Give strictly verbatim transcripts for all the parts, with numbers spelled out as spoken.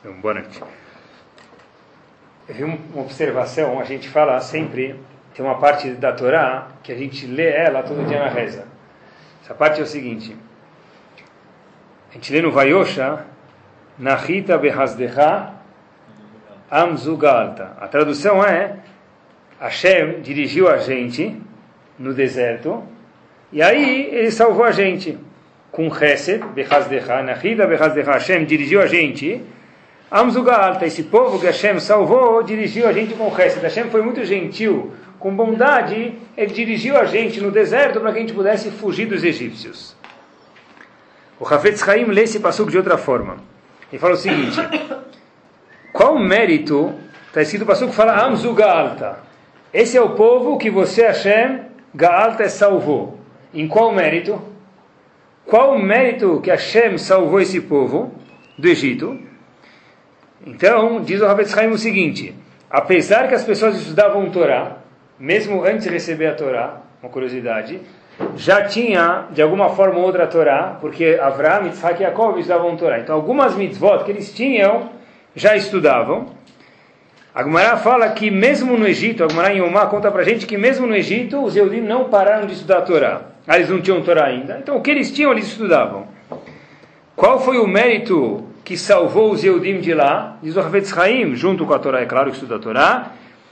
Então, boa noite. Eu vi uma observação, a gente fala sempre, tem uma parte da Torá que a gente lê ela todo dia na reza. Essa parte é o seguinte, a gente lê no Vayosha, Nachita behazdecha amzugalta. A tradução é, Hashem dirigiu a gente no deserto, e aí ele salvou a gente. Com Chesed, behazdecha, Nachita behazdecha, Hashem dirigiu a gente, Amzugalta, esse povo que Hashem salvou, dirigiu a gente com Chesed. Hashem foi muito gentil, com bondade, ele dirigiu a gente no deserto para que a gente pudesse fugir dos egípcios. O Hafetz Chaim lê esse passuco de outra forma. Ele fala o seguinte, qual o mérito, está escrito o passuco que fala Amzugalta, esse é o povo que você, Hashem, Gaalta, salvou. Em qual mérito? Qual o mérito que Hashem salvou esse povo do Egito? Então, diz o Hafetz Chaim o seguinte, apesar que as pessoas estudavam Torá, mesmo antes de receber a Torá, uma curiosidade, já tinha, de alguma forma ou outra, a Torá, porque Avraham, Yitzhak e Yaakov estudavam Torá. Então, algumas mitzvot que eles tinham, já estudavam. A Gemara fala que mesmo no Egito, a Gemara em Yomá conta pra gente que mesmo no Egito, os Yehudim não pararam de estudar a Torá. Ah, eles não tinham Torá ainda. Então, o que eles tinham, eles estudavam. Qual foi o mérito que salvou os Yehudim de lá? Diz o Hafetz Chaim, junto com a Torá, é claro que estuda a Torá.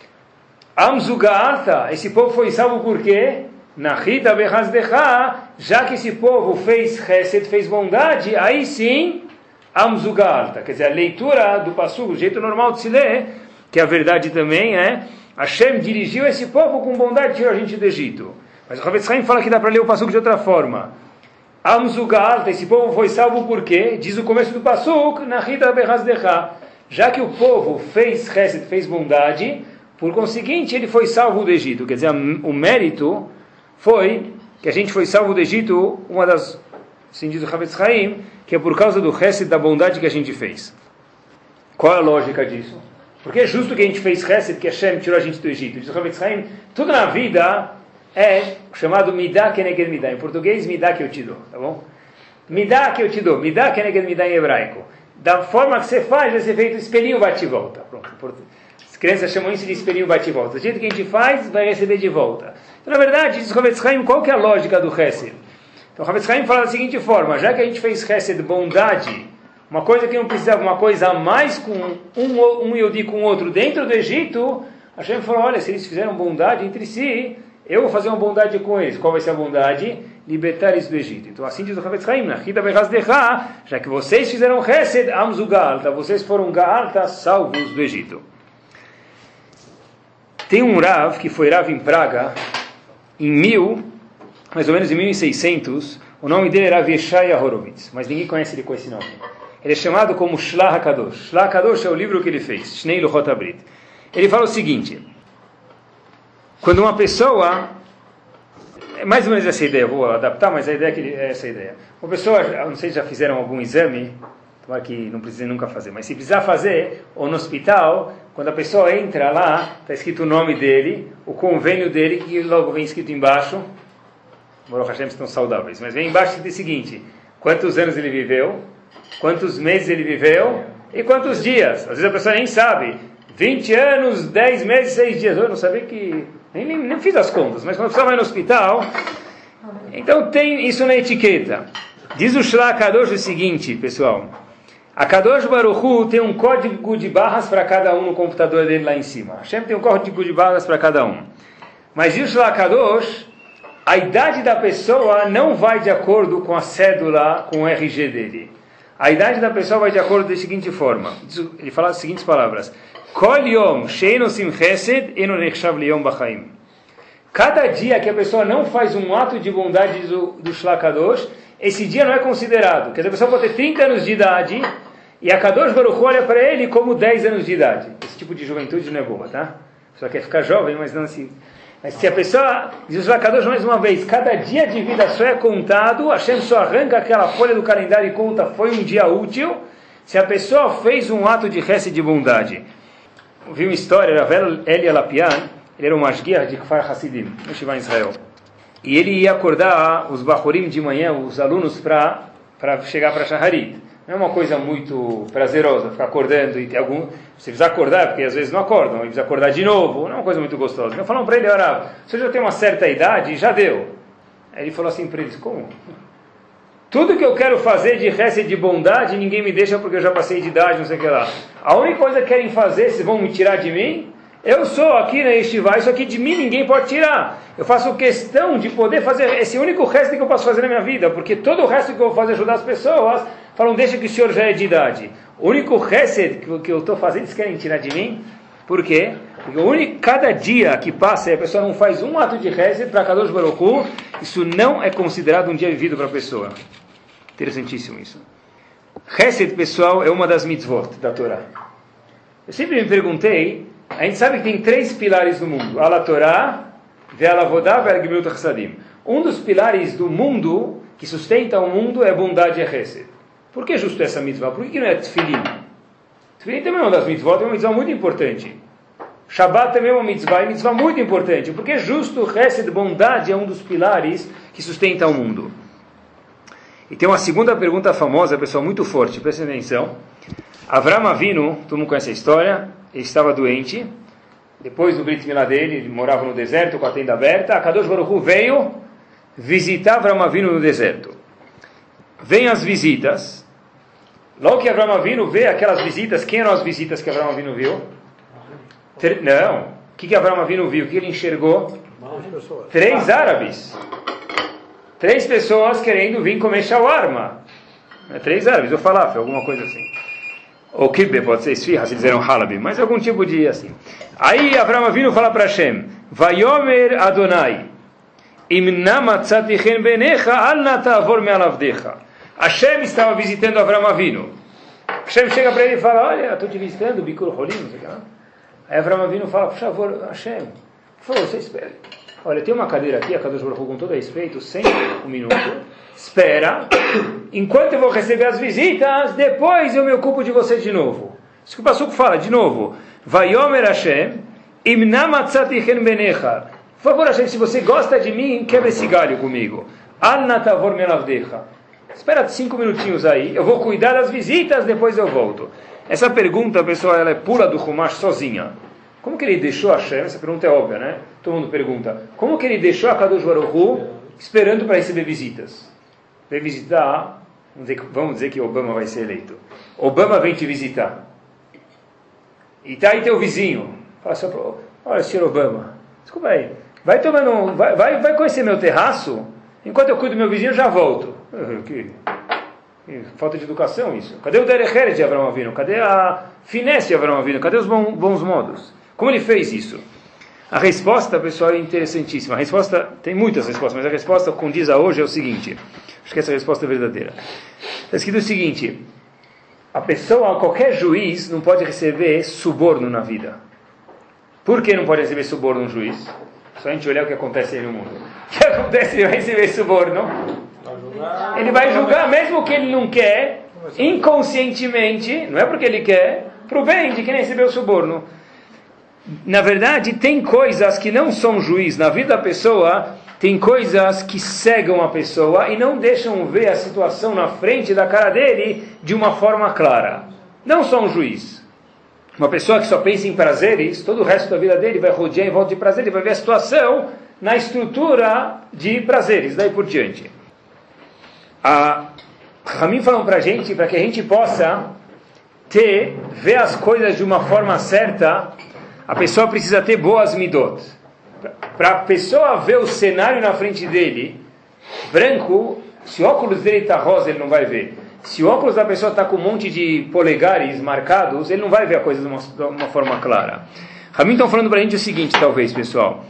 Amzugalta, esse povo foi salvo por quê? Nachita behazdecha, já que esse povo fez chesed, fez bondade, aí sim, Amzugalta. Quer dizer, a leitura do passuco, o jeito normal de se ler, que a verdade também é, Hashem dirigiu esse povo com bondade e tirou a gente do Egito. Mas o Hafetz Chaim fala que dá para ler o passuco de outra forma. Amzugalta, esse povo foi salvo por quê? Diz o começo do pasuk, Nachita behazdecha. Já que o povo fez chesed, fez bondade, por conseguinte ele foi salvo do Egito. Quer dizer, o mérito foi que a gente foi salvo do Egito, uma das, assim diz o Hafetz Chaim, que é por causa do chesed, da bondade que a gente fez. Qual é a lógica disso? Porque é justo que a gente fez chesed, que Hashem tirou a gente do Egito. Diz o Hafetz Chaim, tudo na vida é chamado Midah Keneged Midah. Em português, Midah que eu te dou, tá bom? Midah que eu te dou, Midah Keneged Midah em hebraico. Da forma que você faz, vai ser feito espelhinho bate e volta. Pronto. As crianças chamam isso de espelhinho bate e volta. Do jeito que a gente faz, vai receber de volta. Então, na verdade, diz o Hafetz Chaim, qual que é a lógica do chesed? Então, o Hafetz Chaim fala da seguinte forma, já que a gente fez chesed, bondade, uma coisa que não precisava, uma coisa a mais com um, um Yodi com o outro dentro do Egito, Hashem falou, olha, se eles fizeram bondade entre si, eu vou fazer uma bondade com eles. Qual vai ser a bondade? Libertar eles do Egito. Então assim diz o Hafetz Chaim, Nachita behazdecha, já que vocês fizeram chesed, amzugalta, vocês foram gaalta, salvos do Egito. Tem um Rav, que foi Rav em Praga, em mil, mais ou menos em mil e seiscentos, o nome dele era Rav Yeshaya Horovitz, mas ninguém conhece ele com esse nome. Ele é chamado como Shlach HaKadosh. Shlach HaKadosh é o livro que ele fez, Shnei Luchot HaBrit. Ele fala o seguinte, quando uma pessoa, é mais ou menos essa ideia, vou adaptar, mas a ideia é, que ele, é essa ideia. Uma pessoa, não sei se já fizeram algum exame, tomara que não precisa nunca fazer, mas se precisar fazer, ou no hospital, quando a pessoa entra lá, está escrito o nome dele, o convênio dele, que logo vem escrito embaixo, Baruch Hashem estão saudáveis, mas vem embaixo escrito o seguinte, quantos anos ele viveu, quantos meses ele viveu, e quantos dias. Às vezes a pessoa nem sabe, vinte anos, dez meses, seis dias, eu não sabia que... Nem, nem, nem fiz as contas, mas quando a pessoa vai no hospital, então tem isso na etiqueta. Diz o Shlach HaKadosh o seguinte, pessoal, a Kadosh Baruch Hu tem um código de barras para cada um no computador dele lá em cima. Hashem tem um código de barras para cada um. Mas diz o Shlach HaKadosh, a idade da pessoa não vai de acordo com a cédula, com o R G dele. A idade da pessoa vai de acordo da seguinte forma. Ele fala as seguintes palavras. Kol yom she'eino sim chesed eno nechshav liyom b'chaim. Cada dia que a pessoa não faz um ato de bondade do, do Shlach HaKadosh, esse dia não é considerado. Quer dizer, a pessoa pode ter trinta anos de idade e a Kadosh Baruch Hu olha para ele como dez anos de idade. Esse tipo de juventude não é boa, tá? A pessoa quer ficar jovem, mas não se... Mas se a pessoa, diz o Shlach HaKadosh mais uma vez, cada dia de vida só é contado, Hashem só arranca aquela folha do calendário e conta, foi um dia útil, se a pessoa fez um ato de chesed de bondade. Vi uma história, Rav Eli Alapian, ele era um mashgiach de Kfar Hasidim, no Shiva em Israel. E ele ia acordar os bachurim de manhã, os alunos, para chegar para Shaharit. não é uma coisa muito prazerosa, ficar acordando e ter algum... Você precisa acordar, porque às vezes não acordam, e precisa acordar de novo, não é uma coisa muito gostosa. Então falaram para ele, olha, você já tem uma certa idade, já deu. Aí ele falou assim para eles, como? Tudo que eu quero fazer de resto de bondade, ninguém me deixa porque eu já passei de idade, não sei o que lá. A única coisa que querem fazer, se vão me tirar de mim, eu sou aqui na Yeshiva, isso aqui de mim ninguém pode tirar. Eu faço questão de poder fazer esse único resto que eu posso fazer na minha vida, porque todo o resto que eu vou fazer ajudar as pessoas, falam, deixa que o senhor já é de idade. O único resto que eu estou fazendo, eles querem tirar de mim. Por quê? Porque o único, cada dia que passa e a pessoa não faz um ato de resto para Kadosh Baruch Hu, isso não é considerado um dia vivido para a pessoa. Interessantíssimo isso. Chesed, pessoal, é uma das mitzvot da Torá. Eu sempre me perguntei, a gente sabe que tem três pilares no mundo. Ala Torá, Ve'ala Vodá, Ve'ala Gemilut Chassadim. Um dos pilares do mundo, que sustenta o mundo, é bondade e Chesed. Por que justo essa mitzvah? Por que não é Tfilim? Tfilim também é uma das mitzvot, é uma mitzvah muito importante. Shabbat também é uma mitzvah, é uma mitzvah muito importante. Porque justo Chesed, bondade, é um dos pilares que sustenta o mundo. E tem uma segunda pergunta famosa, pessoal, muito forte, prestem atenção. Avram Avinu, todo mundo conhece a história, ele estava doente, depois do Brit Milá dele, ele morava no deserto com a tenda aberta, a Kadosh Baruch Hu veio visitar Avram Avinu no deserto. Vêm as visitas, logo que Avram Avinu vê aquelas visitas, quem eram as visitas que Avram Avinu viu? Ter, não, o que, que Avram Avinu viu? O que ele enxergou? Três árabes. Três pessoas querendo vir comer shawarma. É, três árabes, ou falafel, alguma coisa assim. Ou kibbeh, pode ser esfirra, se eles eram halabi, mas algum tipo de assim. Aí Avram Avinu fala para Hashem, Vayomer Adonai, Imna matzati chen benecha, al na ta'avor me'alavdecha. Hashem estava visitando Avram Avinu. Hashem chega para ele e fala, olha, estou te visitando, Bikur Holim, não sei o que lá. Aí Avram Avinu fala, por favor, Hashem, por favor, você espere. Olha, tem uma cadeira aqui, a Kadosh Baruch Hu, com todo respeito, sem um minuto. Espera. Enquanto eu vou receber as visitas, depois eu me ocupo de você de novo. Isso que o Passuco fala, de novo. Vayomer Hashem, imna matzati chen benecha. Por favor, Hashem, se você gosta de mim, quebra esse galho comigo. Al natavor melavdecha. Espera cinco minutinhos aí, eu vou cuidar das visitas, depois eu volto. Essa pergunta, pessoal, ela é pula do Chumash sozinha. Como que ele deixou Hashem? Essa pergunta é óbvia, né? Todo mundo pergunta. Como que ele deixou a Kadosh Baruch Hu esperando para receber visitas? Vem visitar, vamos dizer, vamos dizer que Obama vai ser eleito. Obama vem te visitar. E tá aí teu vizinho. Fala só para, olha, senhor Obama, desculpa aí, vai tomando, vai, vai, vai conhecer meu terraço? Enquanto eu cuido do meu vizinho, eu já volto. Que, que falta de educação isso. Cadê o Derech Eretz de Avram Avinu? Cadê a finesse de Avram Avinu? Cadê os bons, bons modos? Como ele fez isso? A resposta, pessoal, é interessantíssima. A resposta, tem muitas respostas, mas a resposta, como diz a hoje, é o seguinte. Acho que essa resposta é verdadeira. Está escrito o seguinte. A pessoa, qualquer juiz, não pode receber suborno na vida. Por que não pode receber suborno um juiz? Só a gente olhar o que acontece aí no mundo. O que acontece? Ele vai receber suborno. Ele vai julgar, mesmo que ele não quer, inconscientemente, não é porque ele quer, para o bem de quem recebeu o suborno. Na verdade, tem coisas que não são juiz. Na vida da pessoa, tem coisas que cegam a pessoa e não deixam ver a situação na frente da cara dele de uma forma clara. Não só um juiz. Uma pessoa que só pensa em prazeres, todo o resto da vida dele vai rodear em volta de prazer, ele vai ver a situação na estrutura de prazeres, daí por diante. A Ramim falou para a gente, para que a gente possa ter, ver as coisas de uma forma certa, a pessoa precisa ter boas midot. Para a pessoa ver o cenário na frente dele, branco, se o óculos dele está rosa, ele não vai ver. Se o óculos da pessoa está com um monte de polegares marcados, ele não vai ver a coisa de uma, de uma forma clara. Ramim está falando para a gente o seguinte, talvez, pessoal.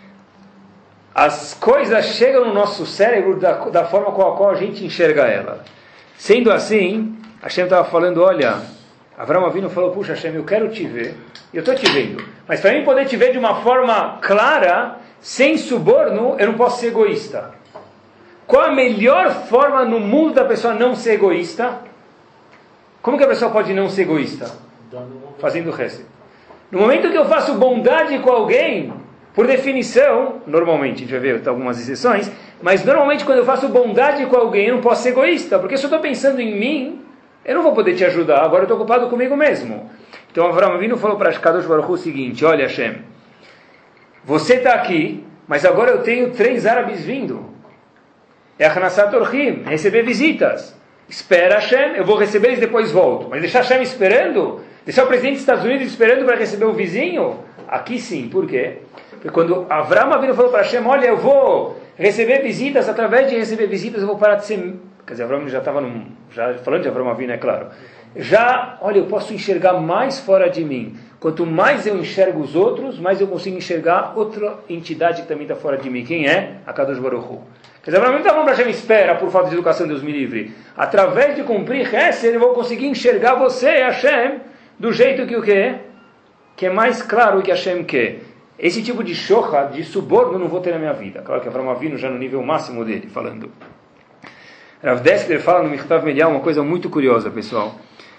As coisas chegam no nosso cérebro da, da forma com a qual a gente enxerga ela. Sendo assim, Hashem estava falando, olha, Avram Avinu falou, puxa Hashem, eu quero te ver, eu estou te vendo, mas para mim poder te ver de uma forma clara, sem suborno, eu não posso ser egoísta. Qual a melhor forma no mundo da pessoa não ser egoísta? Como que a pessoa pode não ser egoísta? Fazendo o resto. No momento que eu faço bondade com alguém, por definição, normalmente, a gente vai ver algumas exceções, mas normalmente quando eu faço bondade com alguém, eu não posso ser egoísta, porque se eu estou pensando em mim, Eu não vou poder te ajudar, agora eu estou ocupado comigo mesmo. Então Avraham Avinu falou para Kadosh Baruch Hu o seguinte, olha Hashem, você está aqui, mas agora eu tenho três árabes vindo. É Achnasat Orchim, receber visitas. Espera Hashem, eu vou receber eles e depois volto. Mas deixar Hashem esperando? Deixar o presidente dos Estados Unidos esperando para receber o vizinho? Aqui sim, por quê? Porque quando Avraham Avinu falou para Hashem, olha, eu vou receber visitas, através de receber visitas eu vou parar de ser... Quer dizer, Avraham já estava num... Já, falando de Avraham Avinu, é claro. Já, olha, eu posso enxergar mais fora de mim. Quanto mais eu enxergo os outros, mais eu consigo enxergar outra entidade que também está fora de mim. Quem é? A Kadosh Baruch Hu. Quer dizer, Avraham não está falando para Hashem, espera, por falta de educação, Deus me livre. Através de cumprir essa, eu vou conseguir enxergar você, Hashem, do jeito que o quê? Que é mais claro o que Hashem quer. Esse tipo de shocha, de suborno, não vou ter na minha vida. Claro que Avraham Avinu já no nível máximo dele, falando. Rav Dessler fala no Michtav Melial uma coisa muito curiosa, pessoal.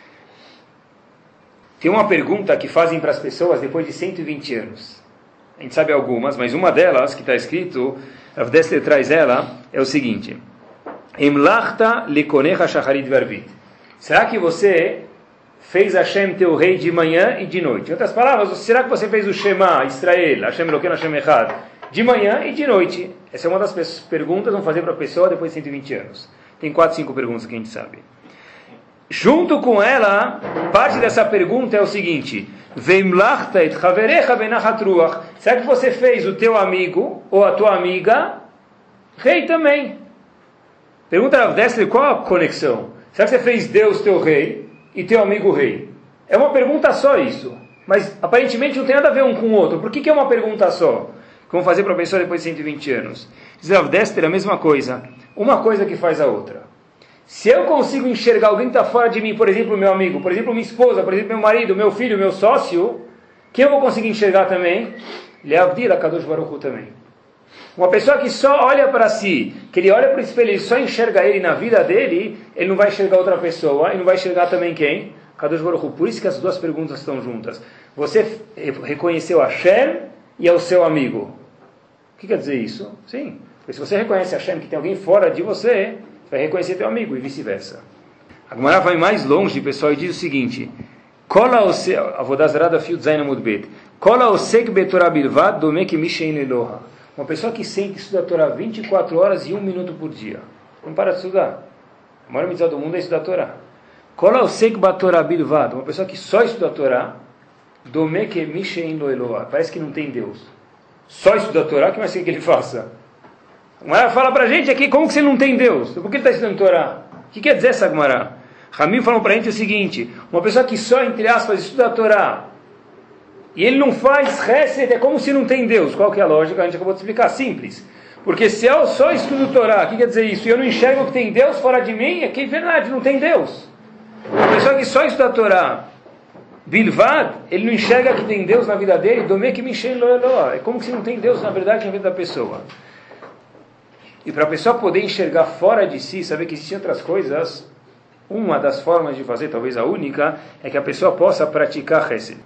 Tem uma pergunta que fazem para as pessoas depois de cento e vinte anos. A gente sabe algumas, mas uma delas, que está escrito, Rav Dessler traz ela, é o seguinte. Emlachta lekonecha shacharit vervit. Será que você fez Hashem teu rei de manhã e de noite? Em outras palavras, será que você fez o Shema, Israel, Hashem Elokeinu Hashem Echad, de manhã e de noite? Essa é uma das perguntas que vão fazer para a pessoa depois de cento e vinte anos. Tem quatro, cinco perguntas que a gente sabe. Junto com ela, parte dessa pergunta é o seguinte: será que você fez o teu amigo ou a tua amiga rei também? Pergunta Rav Dessler, qual a conexão? Será que você fez Deus teu rei e teu amigo rei? É uma pergunta só isso, mas aparentemente não tem nada a ver um com o outro. Por que, que é uma pergunta só? Como fazer para a pessoa depois de cento e vinte anos? Diz Rav Dessler a mesma coisa, uma coisa que faz a outra. Se eu consigo enxergar alguém que está fora de mim, por exemplo, meu amigo, por exemplo, minha esposa, por exemplo, meu marido, meu filho, meu sócio, quem eu vou conseguir enxergar também? Leavdil a Kadosh Baruch Hu também. Uma pessoa que só olha para si, que ele olha para o espelho e só enxerga ele na vida dele, ele não vai enxergar outra pessoa, e não vai enxergar também quem? Kadosh Baruch Hu. Por isso que as duas perguntas estão juntas. Você reconheceu Hashem e é o seu amigo. O que quer dizer isso? Sim. Porque se você reconhece Hashem, que tem alguém fora de você, vai reconhecer teu amigo e vice-versa. A Gemara vai mais longe, pessoal, e diz o seguinte: Kola ose, avodazarada fio zayin amud bet. Kola osek betorah bilvad domek mishein eloha. Uma pessoa que sente e estuda a Torá vinte e quatro horas e um minuto por dia. Não para de estudar. A maior mitzvah do mundo é estudar a Torá. Kola osek batorah bilvad. Uma pessoa que só estuda a Torá, domek mishein lo eloha. Parece que não tem Deus. Só estuda a Torá, o que mais quer que ele faça? Gemara fala para a gente aqui, como que você não tem Deus? Por que ele está estudando Torá? O que quer dizer essa Gemara? Ramim falou para a gente o seguinte: uma pessoa que só, entre aspas, estuda a Torá, e ele não faz Hesed, é como se não tem Deus. Qual que é a lógica? A gente acabou de explicar, simples. Porque se eu só estudo Torá, o que quer dizer isso? E eu não enxergo que tem Deus fora de mim, é que é verdade, não tem Deus. Uma pessoa que só estuda a Torá, Bilvad, ele não enxerga que tem Deus na vida dele, Domek Mishen Lo Eloah. É como se não tem Deus, na verdade, na vida da pessoa. E para a pessoa poder enxergar fora de si, saber que existem outras coisas, uma das formas de fazer, talvez a única, é que a pessoa possa praticar Hesed.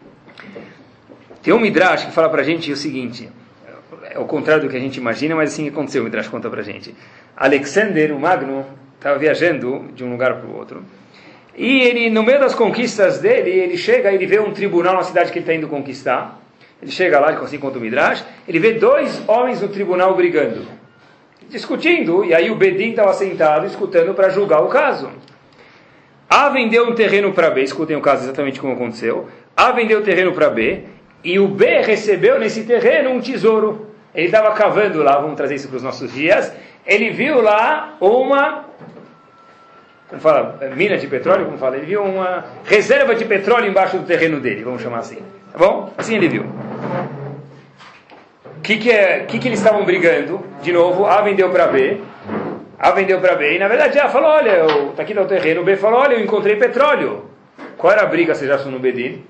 Tem um Midrash que fala para a gente o seguinte, é o contrário do que a gente imagina, mas assim que aconteceu, o Midrash conta para a gente. Alexander, o Magno, estava viajando de um lugar para o outro, e ele, no meio das conquistas dele, ele chega, ele vê um tribunal na cidade que ele está indo conquistar, ele chega lá, assim conta o Midrash, ele vê dois homens no tribunal brigando, discutindo, e aí o Bedin estava sentado, escutando para julgar o caso. A vendeu um terreno para B, escutem o caso exatamente como aconteceu, A vendeu o terreno para B, e o B recebeu nesse terreno um tesouro. Ele estava cavando lá, vamos trazer isso para os nossos dias, ele viu lá uma, como fala, mina de petróleo, como fala, ele viu uma reserva de petróleo embaixo do terreno dele, vamos chamar assim, tá bom? Assim ele viu. O que, que, é, que, que eles estavam brigando? De novo, A vendeu para B, A vendeu para B, e na verdade A falou, olha, está aqui no terreno, o B falou, olha, eu encontrei petróleo. Qual era a briga, vocês acham, no Bedin?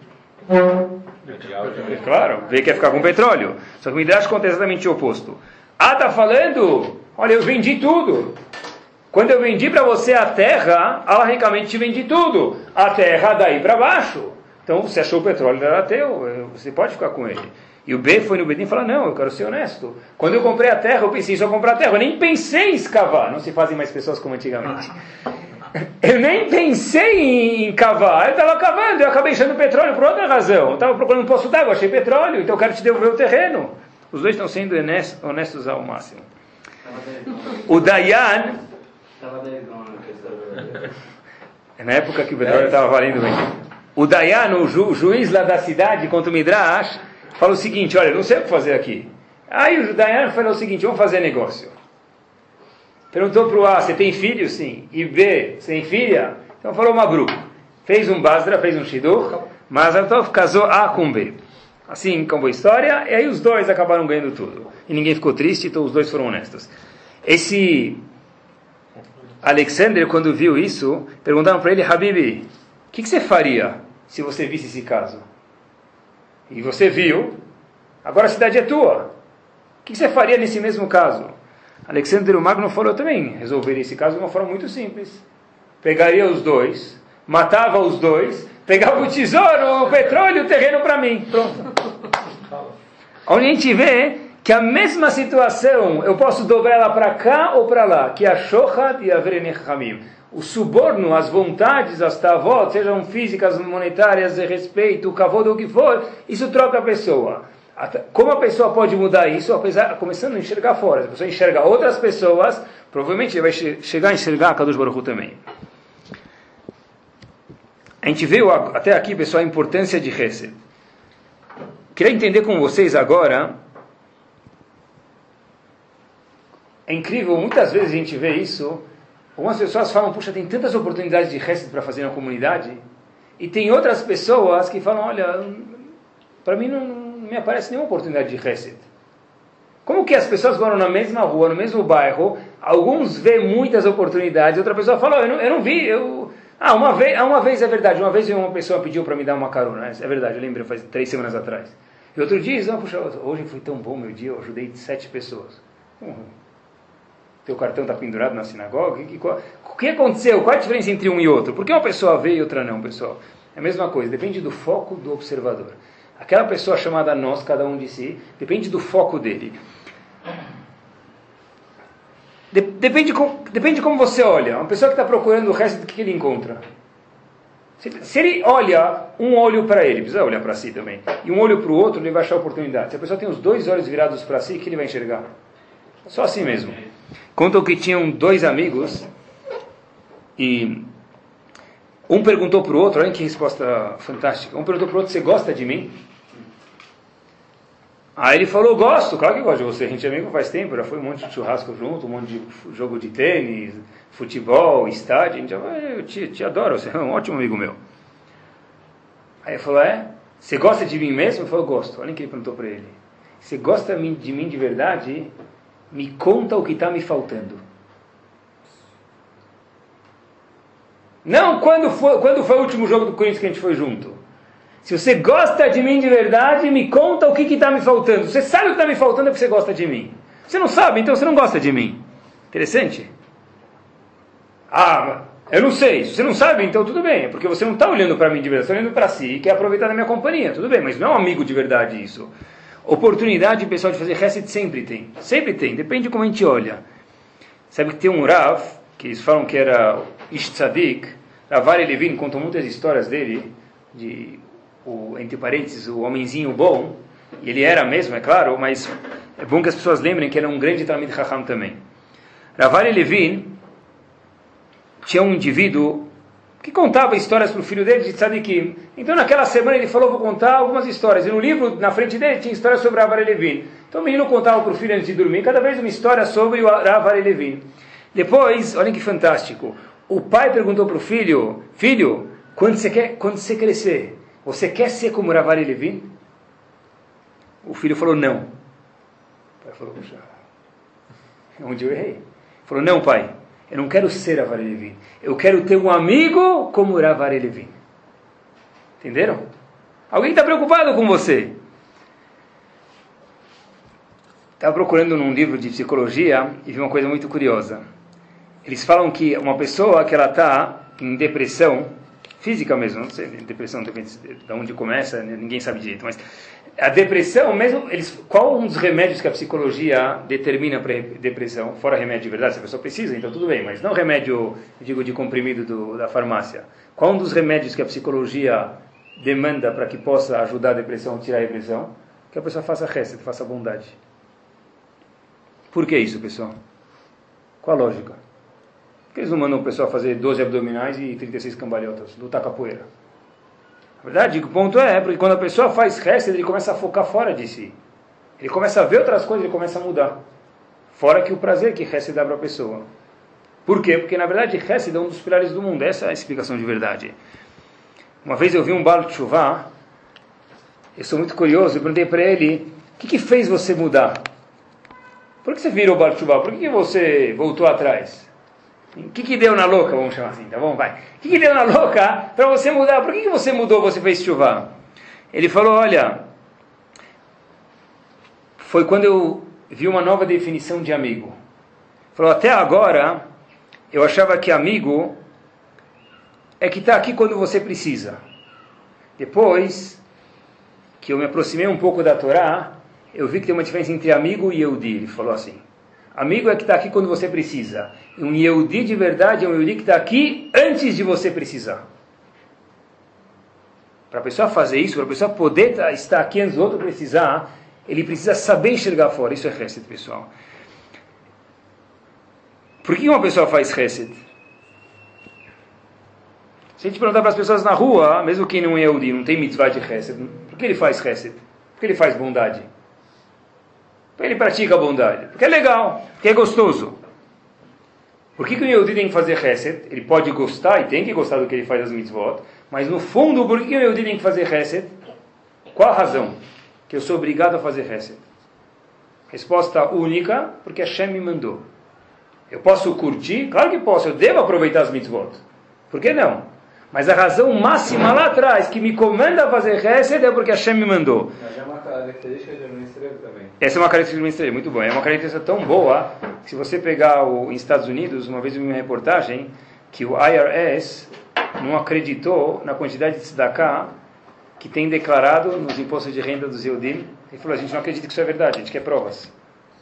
Claro, B quer ficar com petróleo. Só que o Midrash conta exatamente o oposto. A está falando, olha, eu vendi tudo. Quando eu vendi para você a terra, alahicamente te vendi tudo. A terra daí para baixo. Então, você achou o petróleo, era teu, você pode ficar com ele. E o B foi no Bedin e falou, não, eu quero ser honesto. Quando eu comprei a terra, eu pensei em só comprar a terra. Eu nem pensei em escavar. Não se fazem mais pessoas como antigamente. eu nem pensei em cavar, eu estava cavando, eu acabei enchendo petróleo por outra razão. Eu estava procurando um poço d'água, achei petróleo, então eu quero te devolver o terreno. Os dois estão sendo honestos ao máximo. O Dayan, na época que o petróleo estava valendo bem, o Dayan, o, ju, o juiz lá da cidade, contra o Midrash, falou o seguinte: olha, não sei o que fazer aqui. Aí o Dayan falou o seguinte: vamos fazer negócio. Perguntou para o A: você tem filho? Sim. E B: você tem filha? Então falou Mabruk. Fez um Basra, fez um Shidur, mas então casou A com B. Assim acabou a história, e aí os dois acabaram ganhando tudo. E ninguém ficou triste, então os dois foram honestos. Esse Alexander, quando viu isso, perguntaram para ele: Habibi, o que, que você faria se você visse esse caso? E você viu, agora a cidade é tua. O que, que você faria nesse mesmo caso? Alexander o Magno falou: eu também resolveria esse caso de uma forma muito simples. Pegaria os dois, matava os dois, pegava o tesouro, o petróleo e o terreno para mim. Pronto. Onde a gente vê que a mesma situação, eu posso dobrar ela para cá ou para lá, que a shochad e a verenechamim. O suborno, as vontades, as tavot, sejam físicas, monetárias, de respeito, o kavod ou o que for, isso troca a pessoa. Como a pessoa pode mudar isso? Apesar, começando a enxergar fora. Se a pessoa enxerga outras pessoas, provavelmente ele vai chegar a enxergar a Kadosh Baruch Hu também. A gente viu até aqui, pessoal, a importância de Hesed. Queria entender com vocês agora. É incrível, muitas vezes a gente vê isso. Algumas pessoas falam: puxa, tem tantas oportunidades de Hesed para fazer na comunidade. E tem outras pessoas que falam: olha, para mim não, não me aparece nenhuma oportunidade de Hesed. Como que as pessoas moram na mesma rua, no mesmo bairro, alguns vêem muitas oportunidades, outra pessoa fala: oh, eu, não, eu não vi, eu... Ah, uma vez, uma vez é verdade, uma vez uma pessoa pediu para me dar uma carona, é verdade, eu lembro, faz três semanas atrás. E outro dia, oh, puxa, hoje foi tão bom meu dia, eu ajudei sete pessoas. Uhum. Teu cartão está pendurado na sinagoga? O que, qual, o que aconteceu? Qual a diferença entre um e outro? Por que uma pessoa vê e outra não, pessoal? É a mesma coisa, depende do foco do observador. Aquela pessoa chamada nós, cada um de si, depende do foco dele. De, depende, com, depende como você olha. Uma pessoa que está procurando o resto do que ele encontra. Se, se ele olha um olho para ele, precisa olhar para si também, e um olho para o outro, ele vai achar oportunidade. Se a pessoa tem os dois olhos virados para si, o que ele vai enxergar? Só assim mesmo. Contam que tinham dois amigos e um perguntou para o outro, olha que resposta fantástica. Um perguntou para o outro: você gosta de mim? Aí ele falou: gosto, claro que gosto de você, a gente é amigo faz tempo, já foi um monte de churrasco junto, um monte de jogo de tênis, futebol, estádio, a gente já, eu te, te adoro, você é um ótimo amigo meu. Aí ele falou: é? Você gosta de mim mesmo? Ele falou: gosto. Olha o que ele perguntou para ele: você gosta de mim de verdade? Me conta o que está me faltando. Não quando foi, quando foi o último jogo do Corinthians que a gente foi junto. Se você gosta de mim de verdade, me conta o que está me faltando. Você sabe o que está me faltando é porque você gosta de mim. Você não sabe, então você não gosta de mim. Interessante. Ah, eu não sei. Se você não sabe, então tudo bem. É porque você não está olhando para mim de verdade, você está olhando para si e quer aproveitar da minha companhia. Tudo bem, mas não é um amigo de verdade isso. Oportunidade, pessoal, de fazer Hesed sempre tem. Sempre tem. Depende de como a gente olha. Sabe que tem um Rav, que eles falam que era Ish Tzadik, Rav Ari Levin, contam muitas histórias dele, de, o, entre parênteses, o homenzinho bom. E ele era mesmo, é claro, mas é bom que as pessoas lembrem que ele era um grande Talmid Chacham também. Rav Ari Levin tinha um indivíduo que contava histórias para o filho dele de Tzadikim. Então naquela semana ele falou: vou contar algumas histórias. E no livro, na frente dele, tinha histórias sobre Rav Ari Levin. Então o menino contava para o filho antes de dormir, cada vez uma história sobre o Rav Ari Levin. Depois, olhem que fantástico, o pai perguntou para o filho: filho, quando você, quer, quando você crescer, você quer ser como Rav Ari Levin? O filho falou: não. O pai falou: puxa, onde eu errei? Ele falou: não, pai, eu não quero ser Rav Ari Levin. Eu quero ter um amigo como Rav Ari Levin. Entenderam? Alguém está preocupado com você. Estava procurando num livro de psicologia e vi uma coisa muito curiosa. Eles falam que uma pessoa que ela está em depressão, física mesmo, não sei, depressão, depende de onde começa, ninguém sabe direito, mas a depressão mesmo, eles, qual um dos remédios que a psicologia determina para depressão, fora remédio de verdade, se a pessoa precisa, então tudo bem, mas não remédio, digo, de comprimido do, da farmácia. Qual um dos remédios que a psicologia demanda para que possa ajudar a depressão, tirar a depressão? Que a pessoa faça chesed, faça bondade. Por que isso, pessoal? Qual a lógica? Por que eles não mandam o pessoal fazer doze abdominais e trinta e seis cambalhotas, lutar capoeira? A verdade, o ponto é, porque quando a pessoa faz chesed, ele começa a focar fora de si. Ele começa a ver outras coisas, ele começa a mudar. Fora que o prazer que chesed dá para a pessoa. Por quê? Porque, na verdade, chesed é um dos pilares do mundo. Essa é a explicação de verdade. Uma vez eu vi um Baal Teshuvah, eu sou muito curioso, eu perguntei para ele, o que, que fez você mudar? Por que você virou Baal Teshuvah? Por que, que você voltou atrás? O que, que deu na louca, vamos chamar assim, tá bom? Vai. O que, que deu na louca para você mudar? Por que, que você mudou, você fez Teshuvah? Ele falou, olha, foi quando eu vi uma nova definição de amigo. Falou, até agora, eu achava que amigo é que está aqui quando você precisa. Depois que eu me aproximei um pouco da Torá, eu vi que tem uma diferença entre amigo e Yehudi. Ele falou assim, amigo é que está aqui quando você precisa. E um Yehudi de verdade é um Yehudi que está aqui antes de você precisar. Para a pessoa fazer isso, para a pessoa poder estar aqui antes do outro precisar, ele precisa saber enxergar fora. Isso é chesed, pessoal. Por que uma pessoa faz chesed? Se a gente perguntar para as pessoas na rua, mesmo quem não é Yehudi, não tem mitzvah de chesed, por que ele faz chesed? Por que ele faz bondade? Porque ele pratica a bondade. Porque é legal, porque é gostoso. Por que, que o Yehudi tem que fazer chesed? Ele pode gostar e tem que gostar do que ele faz as mitzvot, mas no fundo, por que, que o Yehudi tem que fazer chesed? Qual a razão que eu sou obrigado a fazer chesed? Resposta única, porque Hashem me mandou. Eu posso curtir? Claro que posso, eu devo aproveitar as mitzvot. Por que não? Mas a razão máxima lá atrás que me comanda a fazer chesed é porque Hashem me mandou. Mas é uma característica de administrador também. Essa é uma característica de administrador, muito bom. É uma característica tão boa que se você pegar o, em Estados Unidos, uma vez eu vi uma reportagem que o I R S não acreditou na quantidade de tzedakah que tem declarado nos impostos de renda dos Yehudim. Ele falou, a gente não acredita que isso é verdade, a gente quer provas.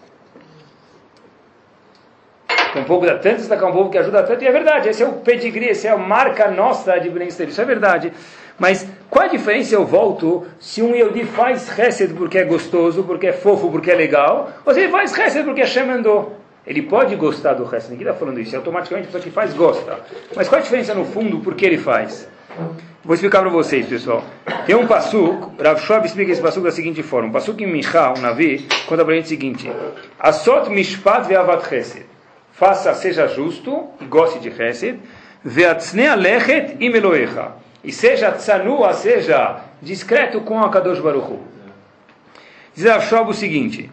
Um pouco dá tanto, tzedakah, um povo que ajuda tanto, e é verdade, esse é o pedigree, essa é a marca nossa de bem-estar, isso é verdade. Mas qual a diferença, eu volto, se um Yehudi faz chesed porque é gostoso, porque é fofo, porque é legal, ou se ele faz chesed porque Hashem mandou? Ele pode gostar do chesed, ninguém está falando isso, automaticamente a pessoa que faz gosta. Mas qual a diferença no fundo, por que ele faz? Vou explicar para vocês, pessoal. Tem um pasuk, Rav Schwab explica esse pasuk da seguinte forma, um pasuk em Michá, um Navi, conta para a gente o seguinte, Asot mishpat ve'avat chesed. Faça, seja justo e goste de chesed, ve'atznei alechet im Elohecha. E seja tzanua, seja discreto com a Kadosh Baruch Hu. Diz Rav Schwab o seguinte,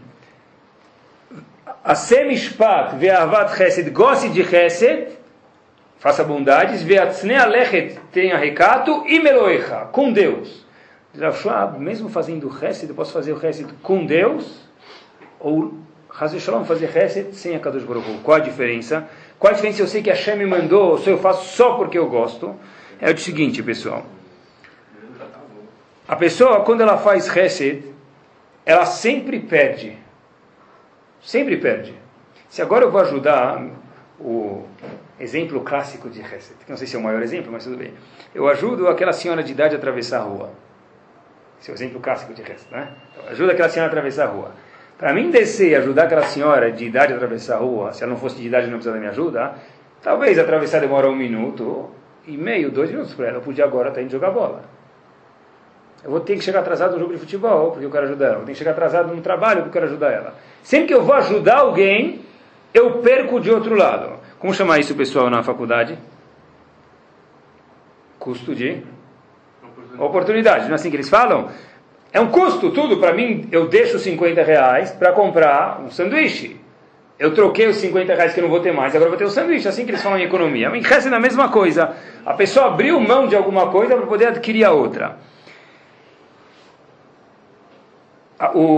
Aseh mishpat ve'avat chesed, goste de chesed, faça bondades, ve'atznei alechet, tenha recato, im Elohecha, com Deus. Diz Rav Schwab, mesmo fazendo chesed, eu posso fazer o chesed com Deus, ou Hazel Shalom fazer chesed sem a Kadosh Baruch Hu. Qual a diferença? Qual a diferença se eu sei que Hashem me mandou, ou se eu faço só porque eu gosto? É o seguinte, pessoal. A pessoa, quando ela faz chesed, ela sempre perde. Sempre perde. Se agora eu vou ajudar o exemplo clássico de chesed, que não sei se é o maior exemplo, mas tudo bem. Eu ajudo aquela senhora de idade a atravessar a rua. Esse é o exemplo clássico de chesed, né? Então, ajuda aquela senhora a atravessar a rua. Para mim descer e ajudar aquela senhora de idade a atravessar a rua, se ela não fosse de idade e não precisar da minha ajuda, talvez atravessar demora um minuto e meio, dois minutos para ela. Eu podia agora estar indo jogar bola. Eu vou ter que chegar atrasado no jogo de futebol, porque eu quero ajudar ela. Eu vou ter que chegar atrasado no trabalho, porque eu quero ajudar ela. Sempre que eu vou ajudar alguém, eu perco de outro lado. Como chamar isso, pessoal, na faculdade? Custo de oportunidade. Oportunidade. Não é assim que eles falam? É um custo, tudo. Para mim, eu deixo cinquenta reais para comprar um sanduíche. Eu troquei os cinquenta reais que eu não vou ter mais, agora eu vou ter o sanduíche. Assim que eles falam em economia. Em resto é a mesma coisa. A pessoa abriu mão de alguma coisa para poder adquirir a outra.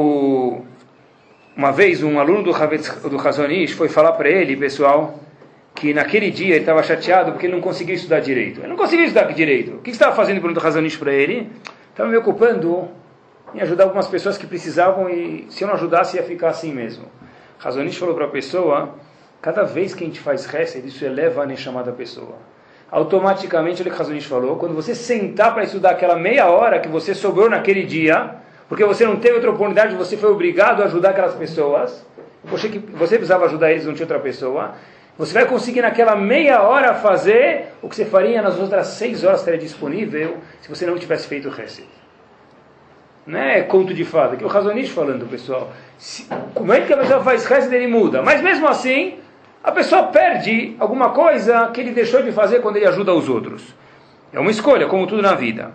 O... Uma vez, um aluno do, Havetz, do Hazon Ish foi falar para ele, pessoal, que naquele dia ele estava chateado porque ele não conseguiu estudar direito. Ele não conseguiu estudar direito. O que você estava fazendo? Perguntou Hazonish para ele. Estava me ocupando em ajudar algumas pessoas que precisavam e se eu não ajudasse ia ficar assim mesmo. Hazonish falou para a pessoa, cada vez que a gente faz Hesed, isso eleva a Neshama da pessoa. Automaticamente, olha o que Hazonish falou, quando você sentar para estudar aquela meia hora que você sobrou naquele dia, porque você não teve outra oportunidade, você foi obrigado a ajudar aquelas pessoas, você, que você precisava ajudar eles, não tinha outra pessoa, você vai conseguir naquela meia hora fazer o que você faria nas outras seis horas que estaria disponível se você não tivesse feito o Hesed. Não é conto de fada, que é o Hazonish falando, pessoal. Se, como é que a pessoa faz Hesed, ele muda. Mas mesmo assim, a pessoa perde alguma coisa que ele deixou de fazer quando ele ajuda os outros. É uma escolha, como tudo na vida.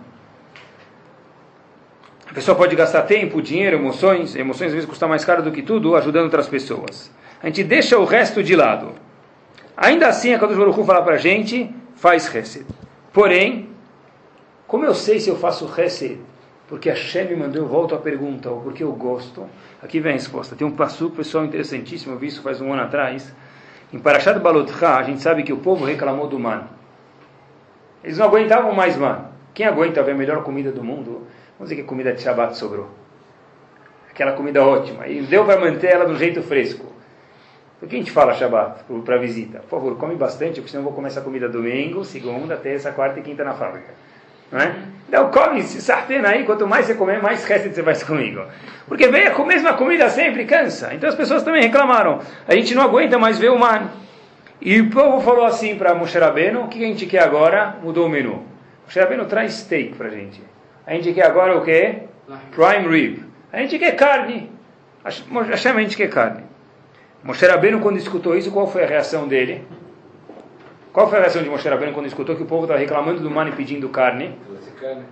A pessoa pode gastar tempo, dinheiro, emoções. Emoções às vezes custam mais caro do que tudo, ajudando outras pessoas. A gente deixa o resto de lado. Ainda assim, a Kadosh Baruch Hu fala para a gente, faz Hesed. Porém, como eu sei se eu faço Hesed? Porque a Hashem me mandou, eu volto à pergunta, ou porque eu gosto. Aqui vem a resposta. Tem um passuco, pessoal, interessantíssimo, eu vi isso faz um ano atrás. Em Parashat Balotcha, a gente sabe que o povo reclamou do man. Eles não aguentavam mais man. Quem aguenta ver a melhor comida do mundo? Vamos dizer que a comida de Shabbat sobrou. Aquela comida ótima. E deu para manter ela de um jeito fresco. Por que a gente fala Shabbat para visita? Por favor, come bastante, porque senão eu vou comer essa comida domingo, segunda, terça, quarta e quinta na fábrica. Não é? Então come, se sartena aí, quanto mais você comer, mais Hesed você faz comigo. Porque ver a mesma comida sempre cansa. Então as pessoas também reclamaram. A gente não aguenta mais ver o man. E o povo falou assim para Moshe Rabbeinu, o que a gente quer agora? Mudou o menu. Moshe Rabbeinu traz steak para a gente. A gente quer agora o quê? Prime rib. A gente quer carne. Hashem, a gente quer carne. Moshe Rabbeinu, quando escutou isso, qual foi a reação dele? Qual foi a reação de Moshe Rabbeinu quando escutou que o povo estava reclamando do man e pedindo carne? Trouxe carne.